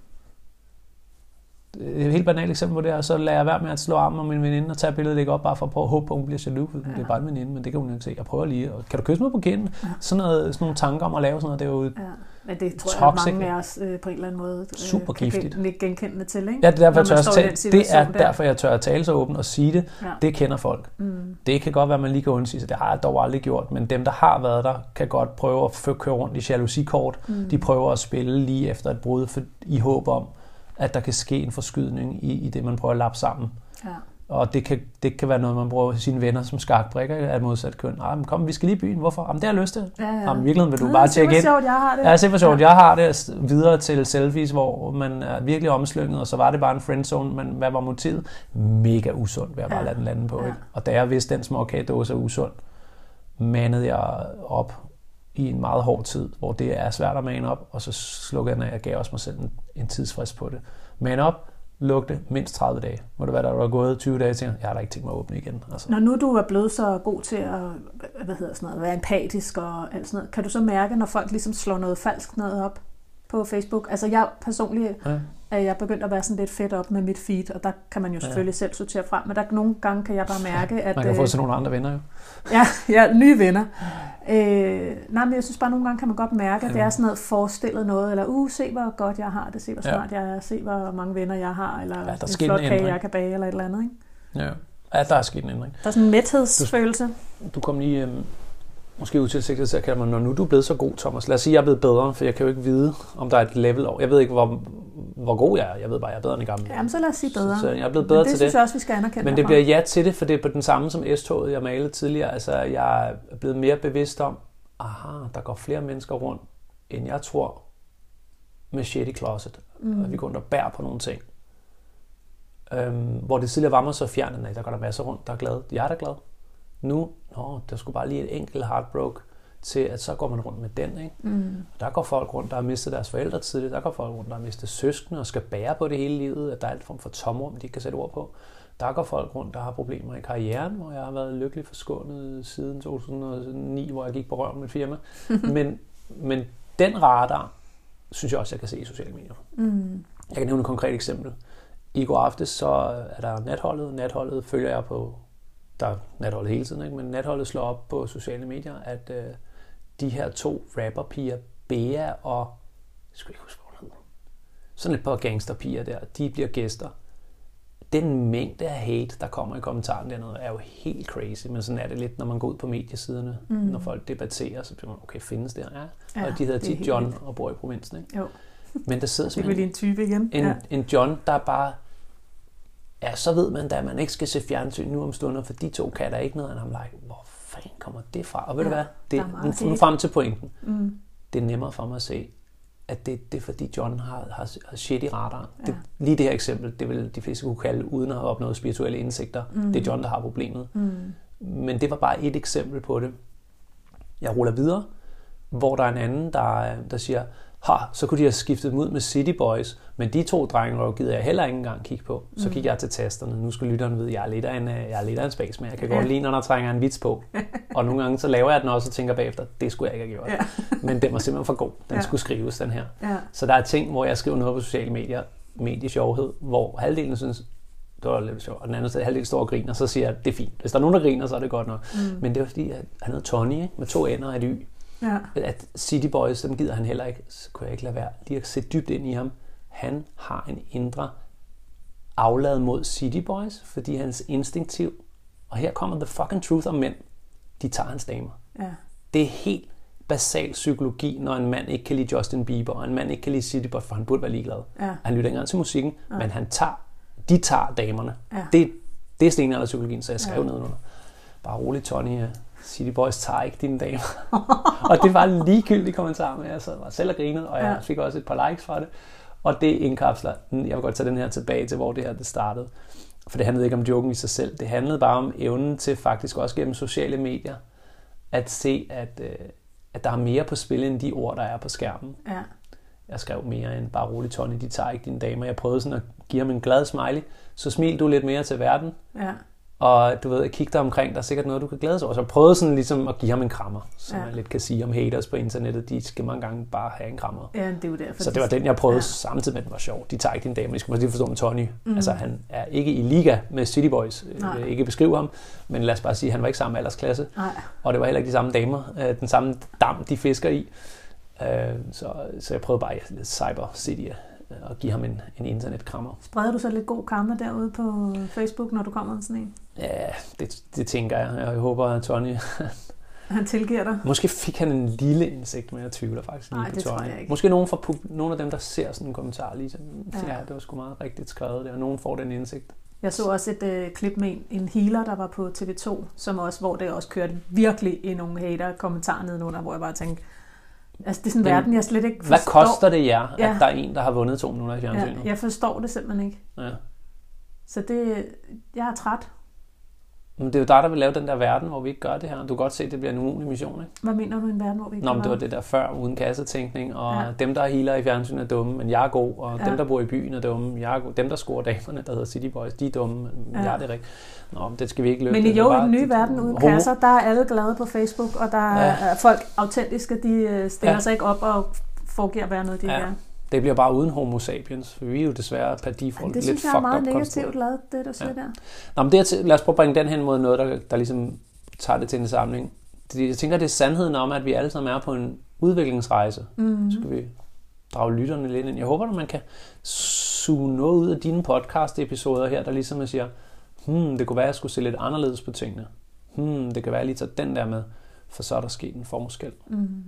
Et helt banalt eksempel på det her, så lader jeg være med at slå armen om min veninde og tage billedet og lægge op, bare for at prøve at håbe på, at hun bliver jaloux, fordi ja. det er bare en veninde, men det kan hun ikke se. Jeg prøver lige, og kan du kysse mig på kinden? Ja. Sådan, noget, sådan nogle tanker om at lave sådan noget, det er jo ja. Men det tror jeg, at mange af os øh, på en eller anden måde super giftigt. kan genkende til, ikke? Ja, det er derfor, jeg tør, at tale, det er derfor, jeg tør at tale så åbent og sige det. Ja. Det kender folk. Mm. Det kan godt være, at man lige kan undsige sig. Det har jeg dog aldrig gjort, men dem, der har været der, kan godt prøve at køre rundt i jalousikort. Mm. De prøver at spille lige efter et brud for, i håb om, at der kan ske en forskydning i, i det, man prøver at lappe sammen. Ja. Og det kan, det kan være noget, man bruger sine venner som skakbrikker af modsat køn. Ah, men kom, vi skal lige i byen. Hvorfor? Jamen, det har jeg lyst til. Ja, ja. Jamen, virkelig vil du bare tjekke ind. Se, hvor sjovt jeg har det. Ja, se, hvor sjovt ja. jeg har det. Videre til selfies, hvor man er virkelig omslynget, og så var det bare en friendzone, men hvad var motivet? Mega usundt, vil jeg bare ja. lade den lande på. Ja. Ikke? Og da jeg vidste, den småkagedåse er usund, mandede jeg op i en meget hård tid, hvor det er svært at mane op, og så slukkede jeg den af, jeg gav også mig selv en, en tidsfrist på det. Man op, luk det mindst tredive dage. Må det være, der var gået tyve dage til, jeg har da ikke tænkt mig at åbne igen. Altså. Når nu du er blevet så god til at, hvad hedder sådan noget, være empatisk og alt sådan noget, kan du så mærke, når folk ligesom slår noget falsk noget op på Facebook? Altså jeg personligt, ja. er jeg begyndt at være sådan lidt fedt op med mit feed, og der kan man jo selvfølgelig ja. selv sortere frem, men der nogle gange kan jeg bare mærke, at... Man kan få sådan nogle andre venner jo. ja, ja, nye venner. Øh, nej, men jeg synes bare, at nogle gange kan man godt mærke, at det er sådan noget forestillet noget, eller uh, se hvor godt jeg har det, se hvor smart ja. jeg er, se hvor mange venner jeg har, eller ja, en flot kage, jeg kan bage, eller et eller andet, ikke? Ja, ja der er sket en ændring. Der er sådan en mæthedsfølelse. Du, du kom lige... Øhm, måske utilsigtet til at kalde mig, når nu du er blevet så god, Thomas. Lad os sige, at jeg er blevet bedre, for jeg kan jo ikke vide, om der er et level over. Jeg ved ikke, hvor, hvor god jeg er. Jeg ved bare, at jeg er bedre end i gamle. Jamen, så lad os sige bedre. Så, så jeg er blevet bedre det til det. Det synes jeg også, vi skal anerkende. Men det bliver ja til det, for det er på den samme som S-toget, jeg malede tidligere. Altså, jeg er blevet mere bevidst om, aha, der går flere mennesker rundt, end jeg tror, med shit i closet. Mm. Og vi går rundt og bærer på nogle ting. Øhm, hvor det tidligere var mig så fjernet, nej, der går der masser rundt, der er glade. Jeg er da glad. Nu, nå, der skulle bare lige et enkelt heartbroke til, at så går man rundt med den, ikke? Mm. Der går folk rundt, der har mistet deres forældre tidligt. Der går folk rundt, der har mistet søskende og skal bære på det hele livet. At der er alt form for tomrum, de ikke kan sætte ord på. Der går folk rundt, der har problemer i karrieren, hvor jeg har været lykkelig forskånet siden to tusind og ni, hvor jeg gik på røven med et firma. men, men den radar, synes jeg også, jeg kan se i sociale medier. Mm. Jeg kan nævne et konkret eksempel. I går aftes, så er der natholdet. Natholdet følger jeg på... Der er natholdet hele tiden, ikke? Men natholdet slår op på sociale medier, at øh, de her to rapperpiger, Bea og... Jeg skal ikke huske, hvad hun hedder. Sådan et par gangsterpiger der, de bliver gæster. Den mængde af hate, der kommer i kommentaren dernede, er jo helt crazy. Men sådan er det lidt, når man går ud på mediesiderne. Mm. Når folk debatterer, så bliver man, okay, findes det? Ja. Ja, og de hedder tit John vildt. Og bor i provinsen, ikke? Jo. Men der sidder det er vel en type igen. En, ja. en John, der bare... Ja, så ved man da, at man ikke skal se fjernsyn nu om stunder, for de to kan der ikke noget, og han er like, hvor fanden kommer det fra? Og ved ja, du hvad? Det, nu, nu frem til pointen. Mm. Det er nemmere for mig at se, at det, det er fordi John har, har, har shit i radaren. Ja. Det, lige det her eksempel, det vil de fleste kunne kalde, uden at have opnået spirituelle indsigter. Mm. Det er John, der har problemet. Mm. Men det var bare et eksempel på det. Jeg ruller videre, hvor der er en anden, der, der siger, ha, så kunne de have skiftet dem ud med City Boys, men de to drenge gider jeg heller ikke engang kigge på. Så mm. gik jeg til tasterne. Nu skal lytteren vide, at jeg er lidt af en, jeg er lidt af en space, men jeg kan ja. godt lide, når der trænger en vits på. Og nogle gange så laver jeg den også og tænker bagefter, det skulle jeg ikke have gjort. Ja. Men den var simpelthen for god. Den ja. skulle skrives, den her. Ja. Så der er ting, hvor jeg skriver noget på sociale medier, mediesjovhed, hvor halvdelen synes, det var lidt sjovt, og den anden sted halvdelen står og griner, så siger jeg, det er fint. Hvis der er nogen, der griner, så er det godt nok. Mm. Men det var fordi, at han hed Tony, ikke? Med to ender og et y. Ja. At City Boys, dem gider han heller ikke, så kunne jeg ikke lade være lige at se dybt ind i ham. Han har en indre aflad mod City Boys, fordi hans instinktiv, og her kommer the fucking truth om mænd, de tager hans damer. Ja. Det er helt basal psykologi, når en mand ikke kan lide Justin Bieber, og en mand ikke kan lide City Boys, for han burde være ligeglad. Ja. Han lytter ikke engang til musikken, ja. men han tager, de tager damerne. Ja. Det, det er stenalderpsykologien, så jeg skrev ja. nedenunder. Bare roligt, Tony. City Boys tager ikke dine damer. Og det var en ligegyldig kommentar, men jeg sad selv og grinede, og jeg fik også et par likes fra det. Og det indkapsler, jeg vil godt tage den her tilbage til, hvor det her det startede. For det handlede ikke om joken i sig selv. Det handlede bare om evnen til faktisk også gennem sociale medier, at se, at, at der er mere på spil, end de ord, der er på skærmen. Ja. Jeg skrev mere end bare roligt, Tony, de tager ikke dine damer. Jeg prøvede sådan at give ham en glad smiley. Så smil du lidt mere til verden. Ja. Og du ved, kig dig omkring, der er sikkert noget, du kan glæde sig over. Så jeg prøvede sådan ligesom at give ham en krammer, som ja. man lidt kan sige om haters på internettet. De skal mange gange bare have en krammer. Ja, det er jo derfor. Så det var den, jeg prøvede ja. samtidig med, den var sjov. De tager ikke din dame. I skal måske lige forstå med Tony. Mm. Altså, han er ikke i liga med City Boys. Jeg vil ikke beskrive ham, men lad os bare sige, at han var ikke samme aldersklasse. Nej. Og det var heller ikke de samme damer. Den samme dam, de fisker i. Så, så jeg prøvede bare lidt Cyber City og give ham en, en internetkrammer. Spreder du så lidt god karma derude på Facebook, når du kommer med sådan en? Ja, det, det tænker jeg. Jeg håber, at Tony... han tilgiver dig? Måske fik han en lille indsigt, men jeg tvivler faktisk lige Nej, på det Tony. tror jeg ikke. Måske nogen, fra, nogle af dem, der ser sådan en kommentar, lige sådan, ja. ja, det var sgu meget rigtigt skrevet der, og nogen får den indsigt. Jeg så også et øh, klip med en, en healer, der var på T V to, som også, hvor det også kørte virkelig i nogle hater-kommentarer nedenunder, hvor jeg bare tænkte, altså det er sådan en verden, jeg slet ikke forstår. Hvad koster det jer, at ja. der er en, der har vundet to minutter i fjernsynet? Ja, jeg forstår det simpelthen ikke. Ja. Så det, jeg er træt. Men det er jo dig, der vil lave den der verden, hvor vi ikke gør det her. Du kan godt se, at det bliver en umulig mission, ikke? Hvad mener du en verden, hvor vi ikke Nå, gør men det var det der før, uden kassetænkning, og ja. dem, der healer i fjernsynet er dumme, men jeg er god, og ja. dem, der bor i byen er dumme, jeg er god. Dem, der scorer damerne, der hedder City Boys, de er dumme, men ja. jeg er det rigtigt. Nå, det skal vi ikke løbe. Men jo, i den nye verden uden homo. kasser, der er alle glade på Facebook, og der ja. er folk autentiske, de stiller ja. sig ikke op og foregiver at være noget, de ja. er. Det bliver bare uden homo sapiens, for vi er jo desværre per default lidt fucked up. Det synes jeg er meget negativt lavet, det du siger ja. der. Nå, men det er, lad os prøve at bringe den hen mod noget, der, der ligesom tager det til en samling. Jeg tænker, det er sandheden om, at vi alle sammen er på en udviklingsrejse. Mm. Så skal vi drage lytterne lidt ind. Jeg håber, at man kan suge noget ud af dine podcast-episoder her, der ligesom siger, hmm, det kunne være, at jeg skulle se lidt anderledes på tingene. Hmm, det kan være, at jeg lige tager den der med, for så er der sket en forskel. Mm.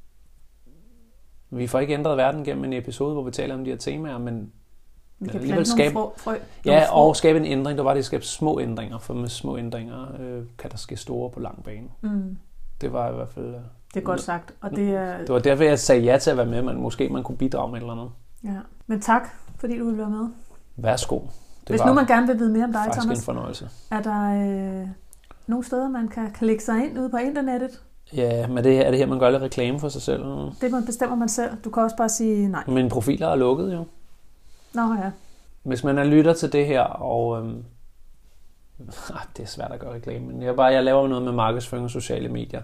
Vi får ikke ændret verden gennem en episode, hvor vi taler om de her temaer, men vi kan plante skabe, nogle frø. Ja, og skabe en ændring. Det var det at skabe små ændringer, for med små ændringer øh, kan der ske store på lang bane. Mm. Det var i hvert fald... Øh, det er godt sagt. Og det, er... det var derfor, jeg sagde ja til at være med, men måske man kunne bidrage med et eller andet. Ja. Men tak, fordi du ville være med. Værsgo. Det Hvis nu man gerne vil vide mere om dig, Thomas, Thomas, en fornøjelse. Er der øh, nogle steder, man kan klikke sig ind ude på internettet? Ja, men det, er det her, man gør lidt reklame for sig selv? Eller? Det man bestemmer man selv. Du kan også bare sige nej. Min profiler er lukket jo. Nå ja. Hvis man er lytter til det her, og øhm, det er svært at gøre reklame, men jeg, bare, jeg laver noget med markedsføring og sociale medier.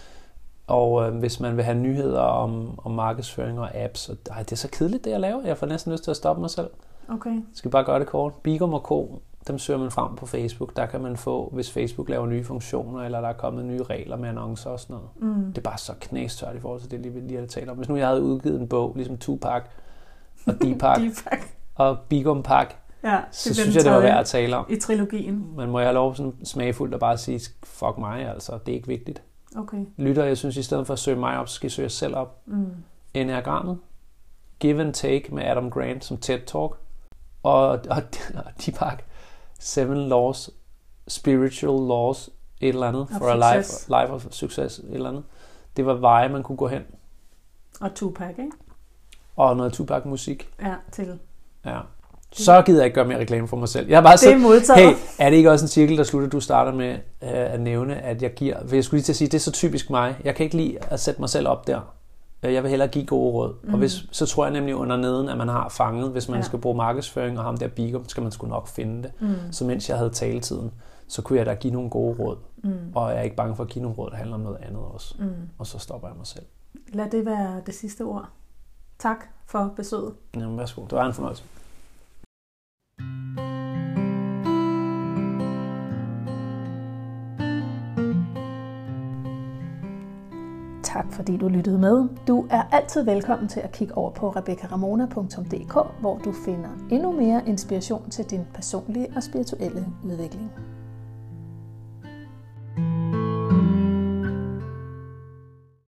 Og øhm, hvis man vil have nyheder om, om markedsføring og apps, og, ej, det er så kedeligt, det jeg laver. Jeg får næsten lyst til at stoppe mig selv. Okay. Skal vi bare gøre det kort? Bigum og Co., dem søger man frem på Facebook. Der kan man få, hvis Facebook laver nye funktioner, eller der er kommet nye regler med annoncer og sådan noget. Mm. Det er bare så knæstørt i forhold til det, vi lige har talt om. Hvis nu jeg havde udgivet en bog, ligesom Tupac og Deepak og Bigum Pak, ja, så synes jeg, det var værd at tale om. I trilogien. Men må jeg have lov sådan smagfuldt at bare sige, fuck mig, altså, det er ikke vigtigt. Okay. Lytter, jeg synes, i stedet for at søge mig op, så skal I søge jer selv op. Mm. Enneagrammet, Give and Take med Adam Grant som TED Talk, og, og, og Deepak, Seven Laws, Spiritual Laws, et eller andet, for a life, life of success, et eller andet. Det var veje, man kunne gå hen. Og Tupac, ikke? Og noget Tupac-musik. Ja, til. Ja. Så gider jeg ikke gøre mere reklame for mig selv. Jeg har bare sagt, hey, er det ikke også en cirkel, der slutter, du starter med øh, at nævne, at jeg giver, for jeg skulle lige til at sige, det er så typisk mig. Jeg kan ikke lide at sætte mig selv op der. Jeg vil hellere give gode råd. Mm. Og hvis, så tror jeg nemlig under neden, at man har fanget, hvis man ja. skal bruge markedsføring, og ham der Bigum, skal man sgu nok finde det. Mm. Så mens jeg havde taletiden, så kunne jeg da give nogle gode råd. Mm. Og jeg er ikke bange for at give nogle råd, der handler om noget andet også. Mm. Og så stopper jeg mig selv. Lad det være det sidste ord. Tak for besøget. Jamen, værsgo. Det var en fornøjelse. Tak fordi du lyttede med. Du er altid velkommen til at kigge over på rebecca ramona punktum d k, hvor du finder endnu mere inspiration til din personlige og spirituelle udvikling.